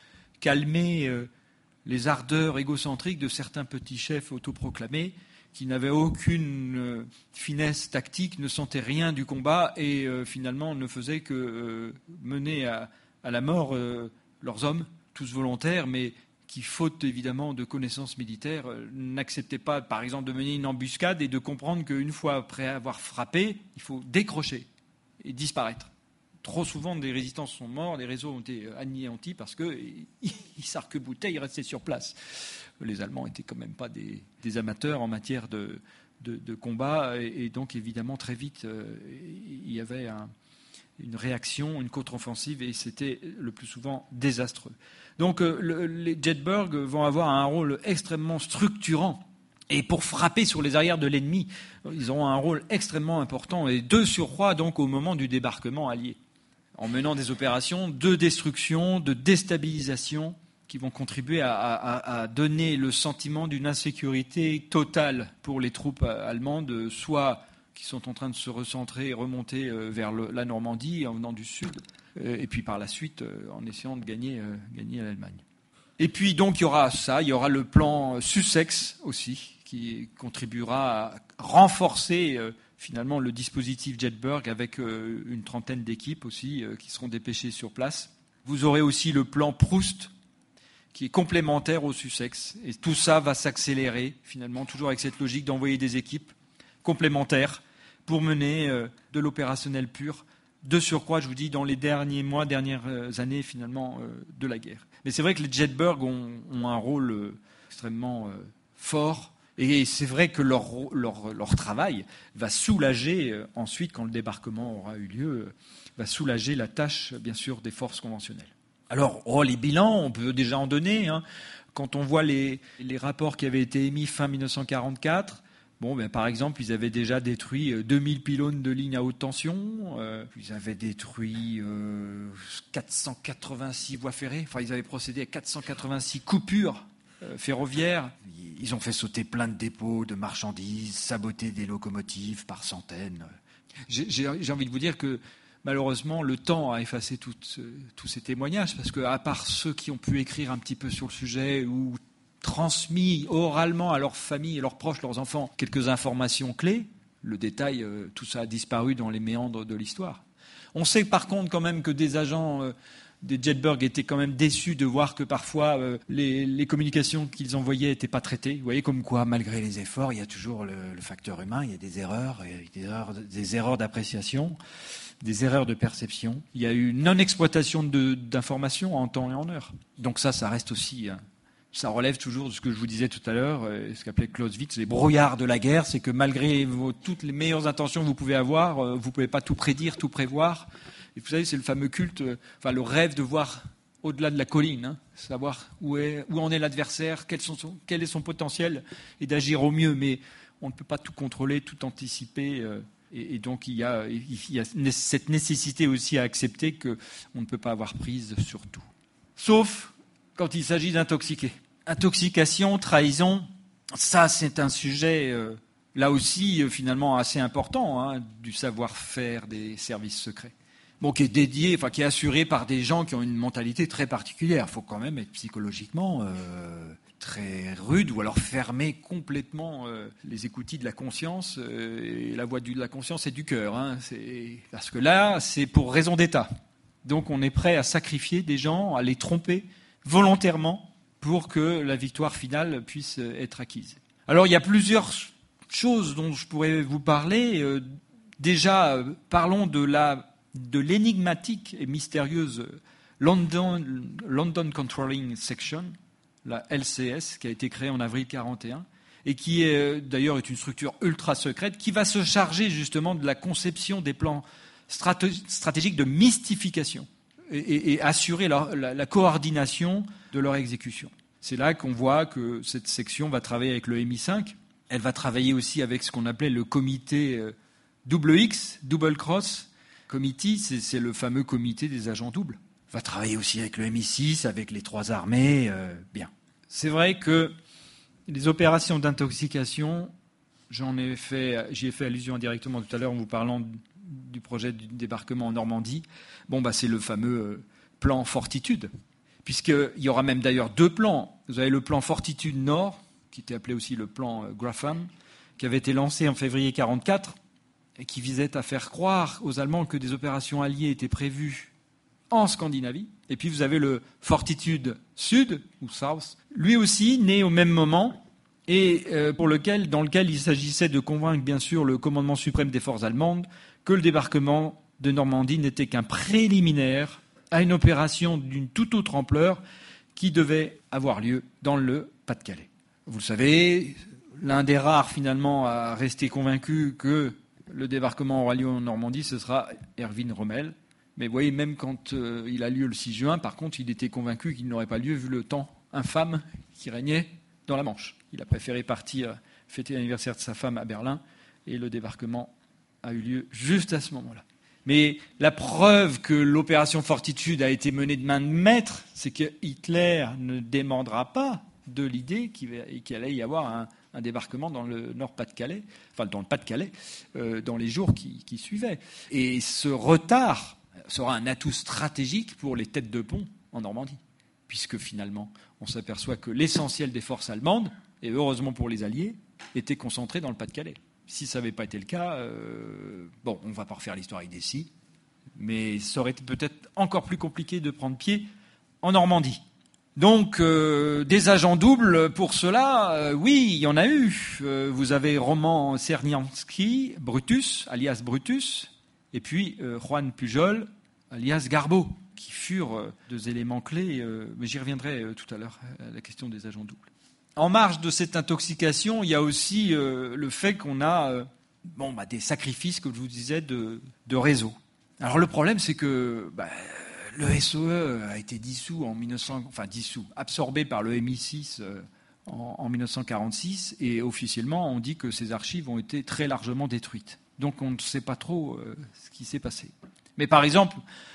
calmer euh, les ardeurs égocentriques de certains petits chefs autoproclamés qui n'avaient aucune euh, finesse tactique, ne sentaient rien du combat et euh, finalement ne faisaient que euh, mener à, à la mort euh, leurs hommes, tous volontaires, mais qui, faute évidemment de connaissances militaires, n'acceptaient pas, par exemple, de mener une embuscade et de comprendre qu'une fois après avoir frappé, il faut décrocher et disparaître. Trop souvent, des résistants sont morts, les réseaux ont été anéantis parce qu'ils s'arc-boutaient, ils restaient sur place. Les Allemands n'étaient quand même pas des, des amateurs en matière de, de, de combat, et, et donc évidemment, très vite, euh, il y avait un, une réaction, une contre-offensive, et c'était le plus souvent désastreux. Donc euh, le, les Jetberg vont avoir un rôle extrêmement structurant. Et pour frapper sur les arrières de l'ennemi, ils auront un rôle extrêmement important, et de surcroît donc au moment du débarquement allié, en menant des opérations de destruction, de déstabilisation, qui vont contribuer à, à, à donner le sentiment d'une insécurité totale pour les troupes allemandes, soit qui sont en train de se recentrer et remonter vers le, la Normandie en venant du sud, et puis par la suite en essayant de gagner, euh, gagner l'Allemagne. Et puis donc il y aura ça, il y aura le plan Sussex aussi, qui contribuera à renforcer euh, finalement le dispositif Jetberg avec euh, une trentaine d'équipes aussi euh, qui seront dépêchées sur place. Vous aurez aussi le plan Proust, qui est complémentaire au Sussex. Et tout ça va s'accélérer finalement, toujours avec cette logique d'envoyer des équipes complémentaires pour mener euh, de l'opérationnel pur. De surcroît, je vous dis, dans les derniers mois, dernières années, finalement, euh, de la guerre. Mais c'est vrai que les Jetberg ont, ont un rôle euh, extrêmement euh, fort, et c'est vrai que leur, leur, leur travail va soulager, euh, ensuite, quand le débarquement aura eu lieu, euh, va soulager la tâche, bien sûr, des forces conventionnelles. Alors, oh, les bilans, on peut déjà en donner. Hein. Quand on voit les, les rapports qui avaient été émis fin mille neuf cent quarante-quatre, bon, ben, par exemple, ils avaient déjà détruit deux mille pylônes de lignes à haute tension, euh, ils avaient détruit euh, quatre cent quatre-vingt-six voies ferrées, enfin, ils avaient procédé à quatre cent quatre-vingt-six coupures euh, ferroviaires. Ils ont fait sauter plein de dépôts de marchandises, saboté des locomotives par centaines. J'ai, j'ai, j'ai envie de vous dire que, malheureusement, le temps a effacé tout, tous ces témoignages, parce qu'à part ceux qui ont pu écrire un petit peu sur le sujet ou transmis oralement à leurs familles, à leurs proches, leurs enfants, quelques informations clés, le détail, euh, tout ça a disparu dans les méandres de l'histoire. On sait par contre quand même que des agents euh, des Jetberg étaient quand même déçus de voir que parfois euh, les, les communications qu'ils envoyaient n'étaient pas traitées. Vous voyez comme quoi, malgré les efforts, il y a toujours le, le facteur humain, il y a des erreurs, il y a des erreurs, des erreurs d'appréciation, des erreurs de perception. Il y a eu une non-exploitation de, d'informations en temps et en heure. Donc ça, ça reste aussi... Hein, ça relève toujours de ce que je vous disais tout à l'heure, ce qu'appelait Clausewitz, les brouillards de la guerre, c'est que malgré vos, toutes les meilleures intentions que vous pouvez avoir, vous ne pouvez pas tout prédire, tout prévoir. Et vous savez, c'est le fameux culte, enfin le rêve de voir au-delà de la colline, hein, savoir où, est, où en est l'adversaire, quel, sont son, quel est son potentiel, et d'agir au mieux. Mais on ne peut pas tout contrôler, tout anticiper. Euh, et, et donc il y, a, il y a cette nécessité aussi à accepter qu'on ne peut pas avoir prise sur tout. Sauf quand il s'agit d'intoxiquer. Intoxication, trahison, ça c'est un sujet, euh, là aussi, euh, finalement assez important, hein, du savoir-faire des services secrets. Bon, qui est dédié, enfin qui est assuré par des gens qui ont une mentalité très particulière. Il faut quand même être psychologiquement euh, très rude, ou alors fermer complètement euh, les écoutilles de la conscience, euh, et la voix de la conscience et du cœur. Hein, c'est, parce que là, c'est pour raison d'État. Donc on est prêt à sacrifier des gens, à les tromper volontairement pour que la victoire finale puisse être acquise. Alors il y a plusieurs choses dont je pourrais vous parler. Euh, déjà, euh, parlons de, la, de l'énigmatique et mystérieuse London, London Controlling Section, la L C S, qui a été créée en avril quarante et un, et qui est, d'ailleurs est une structure ultra secrète, qui va se charger justement de la conception des plans straté- stratégiques de mystification et, et, et assurer leur, la, la coordination de leur exécution. C'est là qu'on voit que cette section va travailler avec le M I cinq. Elle va travailler aussi avec ce qu'on appelait le comité double X, Double Cross Committee, c'est, c'est le fameux comité des agents doubles. Elle va travailler aussi avec le M I six, avec les trois armées. Euh, bien. C'est vrai que les opérations d'intoxication, j'en ai fait, j'y ai fait allusion indirectement tout à l'heure en vous parlant du projet du débarquement en Normandie. Bon, bah, c'est le fameux plan Fortitude, puisqu'il y aura même d'ailleurs deux plans. Vous avez le plan Fortitude Nord, qui était appelé aussi le plan Graham, qui avait été lancé en février quarante-quatre et qui visait à faire croire aux Allemands que des opérations alliées étaient prévues en Scandinavie. Et puis vous avez le Fortitude Sud, ou South, lui aussi né au même moment, et euh, pour lequel, dans lequel il s'agissait de convaincre bien sûr le commandement suprême des forces allemandes que le débarquement de Normandie n'était qu'un préliminaire à une opération d'une toute autre ampleur qui devait avoir lieu dans le Pas-de-Calais. Vous le savez, l'un des rares finalement à rester convaincu que le débarquement aura lieu en Normandie, ce sera Erwin Rommel. Mais vous voyez, même quand euh, il a lieu le six juin, par contre, il était convaincu qu'il n'aurait pas lieu vu le temps infâme qui régnait dans la Manche. Il a préféré partir fêter l'anniversaire de sa femme à Berlin et le débarquement a eu lieu juste à ce moment-là. Mais la preuve que l'opération Fortitude a été menée de main de maître, c'est que Hitler ne démordra pas de l'idée qu'il allait y avoir un, un débarquement dans le Nord-Pas-de-Calais, enfin dans le Pas-de-Calais, euh, dans les jours qui, qui suivaient. Et ce retard sera un atout stratégique pour les têtes de pont en Normandie, puisque finalement, on s'aperçoit que l'essentiel des forces allemandes, et heureusement pour les Alliés, était concentré dans le Pas-de-Calais. Si ça n'avait pas été le cas, euh, bon, on ne va pas refaire l'histoire avec Dessy, mais ça aurait été peut-être encore plus compliqué de prendre pied en Normandie. Donc, euh, des agents doubles, pour cela, euh, oui, il y en a eu. Euh, vous avez Roman Czerniawski, Brutus, alias Brutus, et puis euh, Juan Pujol, alias Garbeau, qui furent euh, deux éléments clés, euh, mais j'y reviendrai euh, tout à l'heure à la question des agents doubles. En marge de cette intoxication, il y a aussi euh, le fait qu'on a euh, bon, bah, des sacrifices, comme je vous disais, de, de réseau. Alors le problème, c'est que bah, le S O E a été dissous en mille neuf cents, enfin dissous, absorbé par le M I six euh, en, en mille neuf cent quarante-six, et officiellement, on dit que ces archives ont été très largement détruites. Donc on ne sait pas trop euh, ce qui s'est passé. Mais par exemple,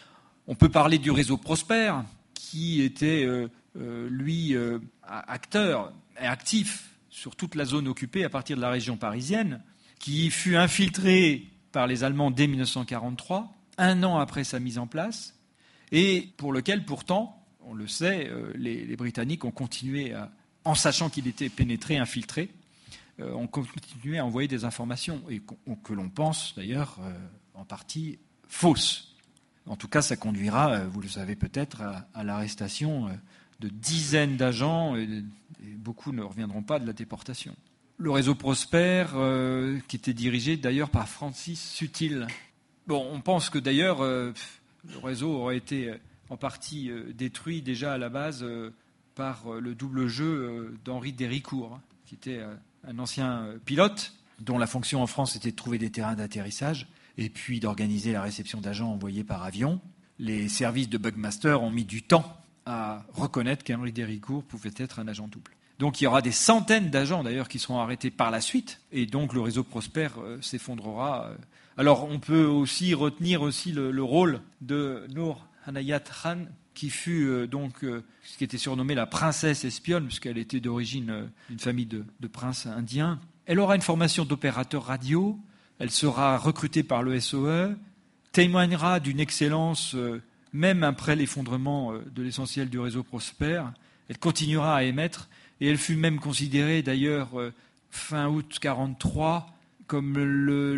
on peut parler du réseau Prosper, qui était, euh, euh, lui, euh, acteur et actif sur toute la zone occupée à partir de la région parisienne, qui fut infiltré par les Allemands dès mille neuf cent quarante-trois, un an après sa mise en place, et pour lequel, pourtant, on le sait, euh, les, les Britanniques ont continué, à, en sachant qu'il était pénétré, infiltré, euh, ont continué à envoyer des informations, et que l'on pense d'ailleurs euh, en partie fausses. En tout cas, ça conduira, euh, vous le savez peut-être, à, à l'arrestation euh, de dizaines d'agents, et, et beaucoup ne reviendront pas de la déportation. Le réseau Prosper, euh, qui était dirigé d'ailleurs par Francis Sutil. Bon, on pense que d'ailleurs, euh, le réseau aurait été en partie euh, détruit déjà à la base euh, par euh, le double jeu euh, d'Henri Déricourt, hein, qui était euh, un ancien euh, pilote, dont la fonction en France était de trouver des terrains d'atterrissage et puis d'organiser la réception d'agents envoyés par avion. Les services de Bugmaster ont mis du temps à reconnaître qu'Henri Déricourt pouvait être un agent double. Donc il y aura des centaines d'agents d'ailleurs qui seront arrêtés par la suite, et donc le réseau Prosper euh, s'effondrera. Alors on peut aussi retenir aussi le, le rôle de Noor Hanayat Khan, qui fut euh, donc euh, ce qui était surnommé la princesse espionne, puisqu'elle était d'origine euh, d'une famille de, de princes indiens. Elle aura une formation d'opérateur radio, elle sera recrutée par le S O E, témoignera d'une excellence euh, même après l'effondrement euh, de l'essentiel du réseau Prosper. Elle continuera à émettre. Et elle fut même considérée, d'ailleurs, euh, fin août quarante-trois, comme le,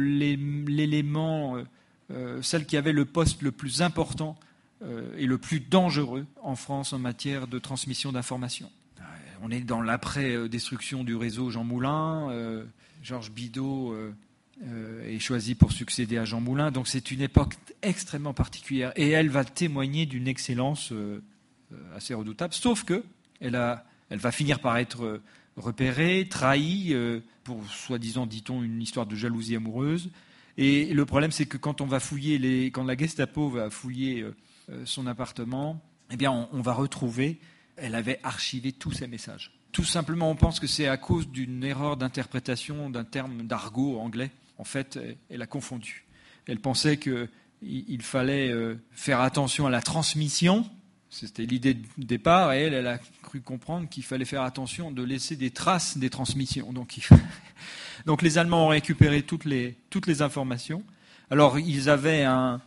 l'élément, euh, celle qui avait le poste le plus important euh, et le plus dangereux en France en matière de transmission d'informations. On est dans l'après-destruction du réseau Jean Moulin. Euh, Georges Bidault euh, euh, est choisi pour succéder à Jean Moulin. Donc c'est une époque extrêmement particulière. Et elle va témoigner d'une excellence euh, assez redoutable, sauf qu'elle a Elle va finir par être repérée, trahie, euh, pour soi-disant, dit-on, une histoire de jalousie amoureuse. Et le problème, c'est que quand on va fouiller les, quand la Gestapo va fouiller euh, son appartement, eh bien, on, on va retrouver, elle avait archivé tous ses messages. Tout simplement, on pense que c'est à cause d'une erreur d'interprétation d'un terme d'argot anglais. En fait, elle a confondu. Elle pensait qu'il fallait faire attention à la transmission. C'était l'idée de départ. Et elle, elle a cru comprendre qu'il fallait faire attention de laisser des traces des transmissions. Donc, il... Donc les Allemands ont récupéré toutes les, toutes les informations. Alors, ils avaient un,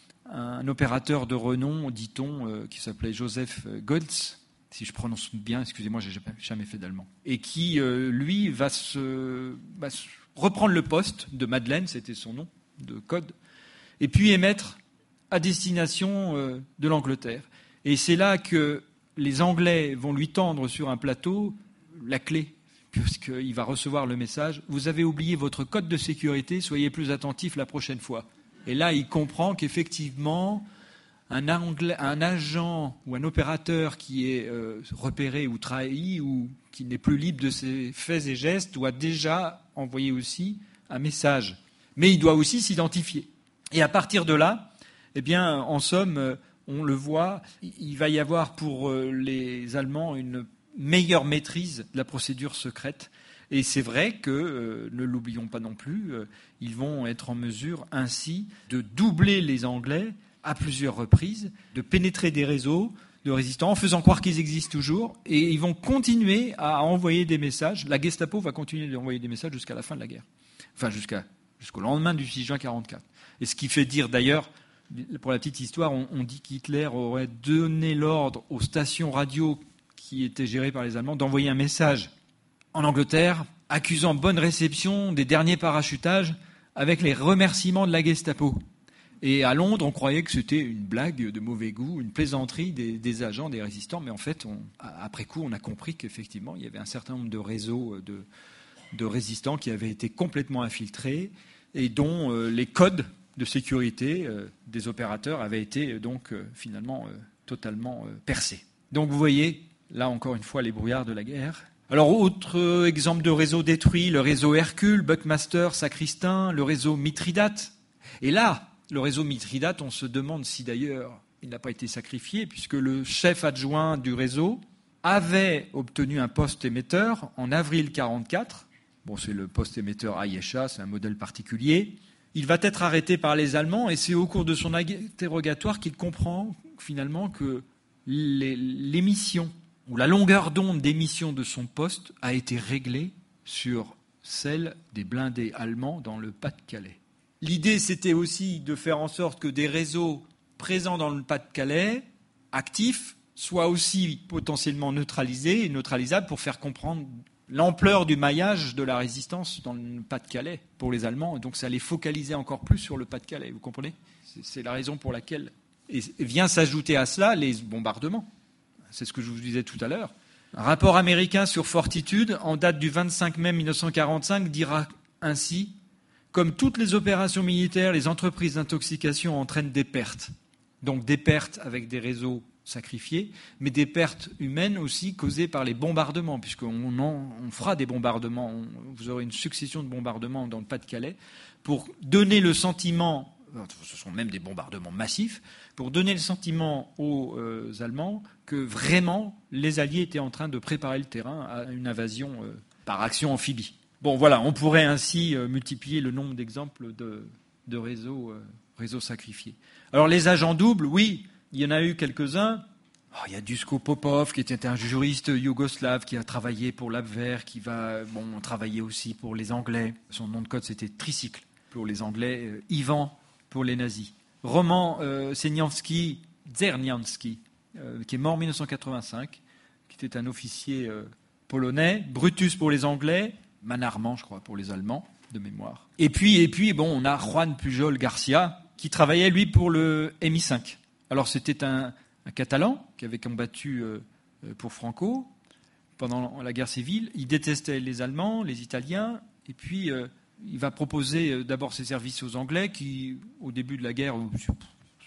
un opérateur de renom, dit-on, euh, qui s'appelait Joseph Goltz, si je prononce bien, excusez-moi, j'ai jamais fait d'allemand, et qui, euh, lui, va se, va se reprendre le poste de Madeleine, c'était son nom de code, et puis émettre à destination euh, de l'Angleterre. Et c'est là que les Anglais vont lui tendre sur un plateau la clé, puisqu'il va recevoir le message « Vous avez oublié votre code de sécurité, soyez plus attentifs la prochaine fois ». Et là, il comprend qu'effectivement, Un, anglais, un agent ou un opérateur qui est euh, repéré ou trahi ou qui n'est plus libre de ses faits et gestes doit déjà envoyer aussi un message. Mais il doit aussi s'identifier. Et à partir de là, eh bien, en somme, on le voit, il va y avoir pour les Allemands une meilleure maîtrise de la procédure secrète. Et c'est vrai que, euh, ne l'oublions pas non plus, euh, ils vont être en mesure ainsi de doubler les Anglais à plusieurs reprises, de pénétrer des réseaux de résistants en faisant croire qu'ils existent toujours, et ils vont continuer à envoyer des messages. La Gestapo va continuer d'envoyer des messages jusqu'à la fin de la guerre, enfin jusqu'à, jusqu'au lendemain du six juin quarante-quatre. Et ce qui fait dire d'ailleurs, pour la petite histoire, on, on dit qu'Hitler aurait donné l'ordre aux stations radio qui étaient gérées par les Allemands d'envoyer un message en Angleterre accusant bonne réception des derniers parachutages avec les remerciements de la Gestapo. Et à Londres, on croyait que c'était une blague de mauvais goût, une plaisanterie des, des agents, des résistants. Mais en fait, on, après coup, on a compris qu'effectivement, il y avait un certain nombre de réseaux de, de résistants qui avaient été complètement infiltrés et dont euh, les codes de sécurité euh, des opérateurs avaient été donc euh, finalement euh, totalement euh, percés. Donc vous voyez, là encore une fois, les brouillards de la guerre. Alors, autre exemple de réseau détruit, le réseau Hercule, Buckmaster, Sacristain, le réseau Mithridate. Et là, le réseau Mithridate, on se demande si d'ailleurs il n'a pas été sacrifié, puisque le chef adjoint du réseau avait obtenu un poste émetteur en avril quarante-quatre. Bon, c'est le poste émetteur Ayesha, c'est un modèle particulier. Il va être arrêté par les Allemands, et c'est au cours de son interrogatoire qu'il comprend finalement que les, l'émission ou la longueur d'onde d'émission de son poste a été réglée sur celle des blindés allemands dans le Pas-de-Calais. L'idée, c'était aussi de faire en sorte que des réseaux présents dans le Pas-de-Calais, actifs, soient aussi potentiellement neutralisés et neutralisables pour faire comprendre l'ampleur du maillage de la résistance dans le Pas-de-Calais pour les Allemands. Et donc ça les focalisait encore plus sur le Pas-de-Calais, vous comprenez ? C'est la raison pour laquelle... Et vient s'ajouter à cela les bombardements. C'est ce que je vous disais tout à l'heure. Un rapport américain sur Fortitude, en date du vingt-cinq mai mille neuf cent quarante-cinq, dira ainsi... Comme toutes les opérations militaires, les entreprises d'intoxication entraînent des pertes. Donc des pertes avec des réseaux sacrifiés, mais des pertes humaines aussi causées par les bombardements, puisqu'on en, on fera des bombardements, on, vous aurez une succession de bombardements dans le Pas-de-Calais, pour donner le sentiment, ce sont même des bombardements massifs, pour donner le sentiment aux euh, Allemands que vraiment les Alliés étaient en train de préparer le terrain à une invasion euh, par action amphibie. Bon, voilà, on pourrait ainsi euh, multiplier le nombre d'exemples de, de réseaux, euh, réseaux sacrifiés. Alors, les agents doubles, oui, il y en a eu quelques-uns. Oh, il y a Duško Popov, qui était un juriste yougoslave, qui a travaillé pour l'Abwehr, qui va bon, travailler aussi pour les Anglais. Son nom de code, c'était Tricycle pour les Anglais, euh, Ivan pour les nazis. Roman euh, Czerniawski, Czerniawski euh, qui est mort en mille neuf cent quatre-vingt-cinq, qui était un officier euh, polonais. Brutus pour les Anglais. Manarman, je crois, pour les Allemands, de mémoire. Et puis, et puis bon, on a Juan Pujol Garcia, qui travaillait, lui, pour le M I cinq. Alors, c'était un, un Catalan qui avait combattu euh, pour Franco pendant la guerre civile. Il détestait les Allemands, les Italiens, et puis euh, il va proposer euh, d'abord ses services aux Anglais, qui, au début de la guerre, on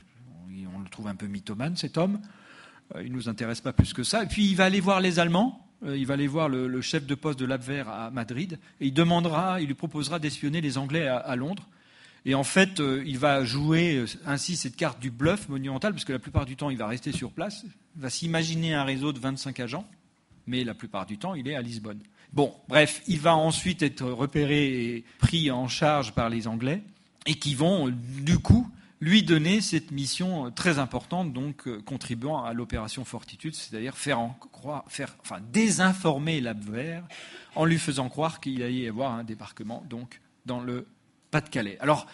le trouve un peu mythomane, cet homme. Euh, il ne nous intéresse pas plus que ça. Et puis, il va aller voir les Allemands, euh, il va aller voir le, le chef de poste de l'Abwehr à Madrid et il demandera, il lui proposera d'espionner les Anglais à, à Londres. Et en fait, euh, il va jouer euh, ainsi cette carte du bluff monumental, parce que la plupart du temps, il va rester sur place. Il va s'imaginer un réseau de vingt-cinq agents, mais la plupart du temps, il est à Lisbonne. Bon, bref, il va ensuite être repéré et pris en charge par les Anglais, et qui vont, du coup, lui donner cette mission très importante, donc euh, contribuant à l'opération Fortitude, c'est-à-dire faire, en, croire, faire enfin, désinformer l'Abwehr en lui faisant croire qu'il allait y avoir un débarquement donc, dans le Pas-de-Calais. Alors,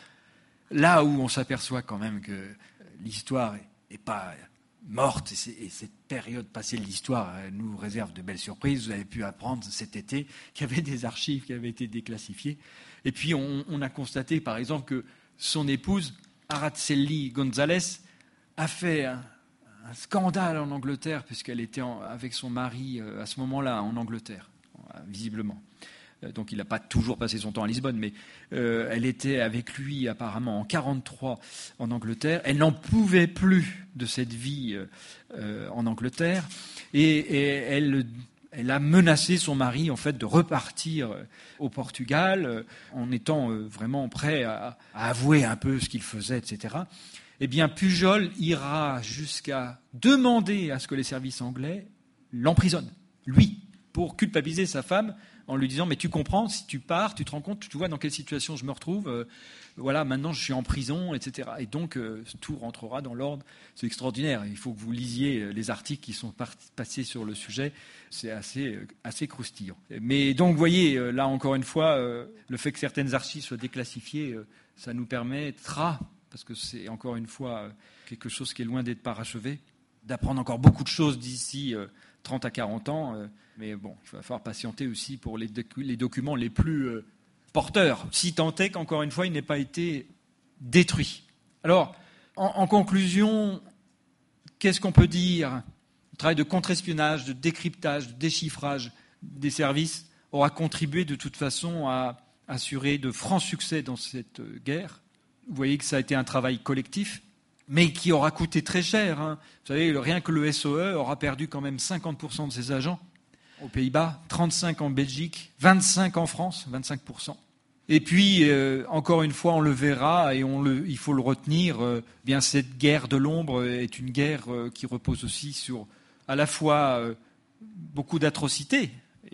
là où on s'aperçoit quand même que l'histoire n'est pas morte, et, et cette période passée de l'histoire nous réserve de belles surprises, vous avez pu apprendre cet été qu'il y avait des archives qui avaient été déclassifiées. Et puis, on, on a constaté, par exemple, que son épouse, Araceli González, a fait un, un scandale en Angleterre, puisqu'elle était en, avec son mari à ce moment-là en Angleterre, visiblement. Donc il n'a pas toujours passé son temps à Lisbonne, mais euh, elle était avec lui apparemment en quarante-trois en Angleterre. Elle n'en pouvait plus de cette vie euh, en Angleterre et, et elle, elle a menacé son mari en fait de repartir au Portugal euh, en étant euh, vraiment prêt à, à avouer un peu ce qu'il faisait, et cetera. Eh bien, Pujol ira jusqu'à demander à ce que les services anglais l'emprisonnent, lui, pour culpabiliser sa femme, en lui disant « mais tu comprends, si tu pars, tu te rends compte, tu vois dans quelle situation je me retrouve, euh, voilà, maintenant je suis en prison, et cetera » Et donc, euh, tout rentrera dans l'ordre. C'est extraordinaire. Il faut que vous lisiez les articles qui sont par- passés sur le sujet. C'est assez, euh, assez croustillant. Mais donc, vous voyez, euh, là, encore une fois, euh, le fait que certaines archives soient déclassifiées, euh, ça nous permettra, parce que c'est encore une fois euh, quelque chose qui est loin d'être parachevé, d'apprendre encore beaucoup de choses d'ici euh, trente à quarante ans. Euh, mais bon, il va falloir patienter aussi pour les, docu- les documents les plus euh, porteurs, si tant est qu'encore une fois, il n'ait pas été détruit. Alors, en, en conclusion, qu'est-ce qu'on peut dire ? Le travail de contre-espionnage, de décryptage, de déchiffrage des services aura contribué de toute façon à assurer de francs succès dans cette guerre. Vous voyez que ça a été un travail collectif, mais qui aura coûté très cher. Hein. Vous savez, rien que le S O E aura perdu quand même cinquante pour cent de ses agents aux Pays-Bas, trente-cinq en Belgique, vingt-cinq en France, vingt-cinq pour cent. Et puis, euh, encore une fois, on le verra et on le, il faut le retenir, euh, bien cette guerre de l'ombre est une guerre euh, qui repose aussi sur à la fois euh, beaucoup d'atrocités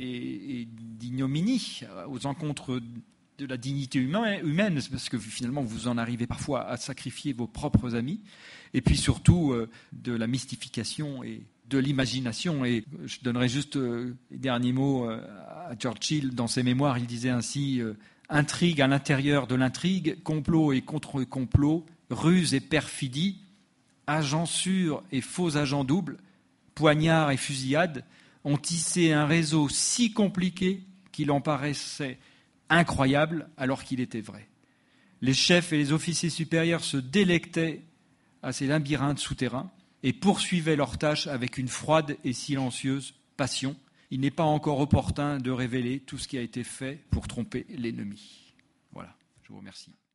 et, et d'ignominie aux encontres de la dignité humaine, parce que finalement vous en arrivez parfois à sacrifier vos propres amis, et puis surtout euh, de la mystification et de l'imagination. Et je donnerai juste euh, les derniers mots euh, à Churchill. Dans ses mémoires, il disait ainsi euh, « Intrigue à l'intérieur de l'intrigue, complot et contre-complot, ruse et perfidie, agents sûrs et faux agents doubles, poignards et fusillades ont tissé un réseau si compliqué qu'il en paraissait incroyable alors qu'il était vrai. Les chefs et les officiers supérieurs se délectaient à ces labyrinthes souterrains et poursuivaient leurs tâches avec une froide et silencieuse passion. Il n'est pas encore opportun de révéler tout ce qui a été fait pour tromper l'ennemi. » Voilà, je vous remercie.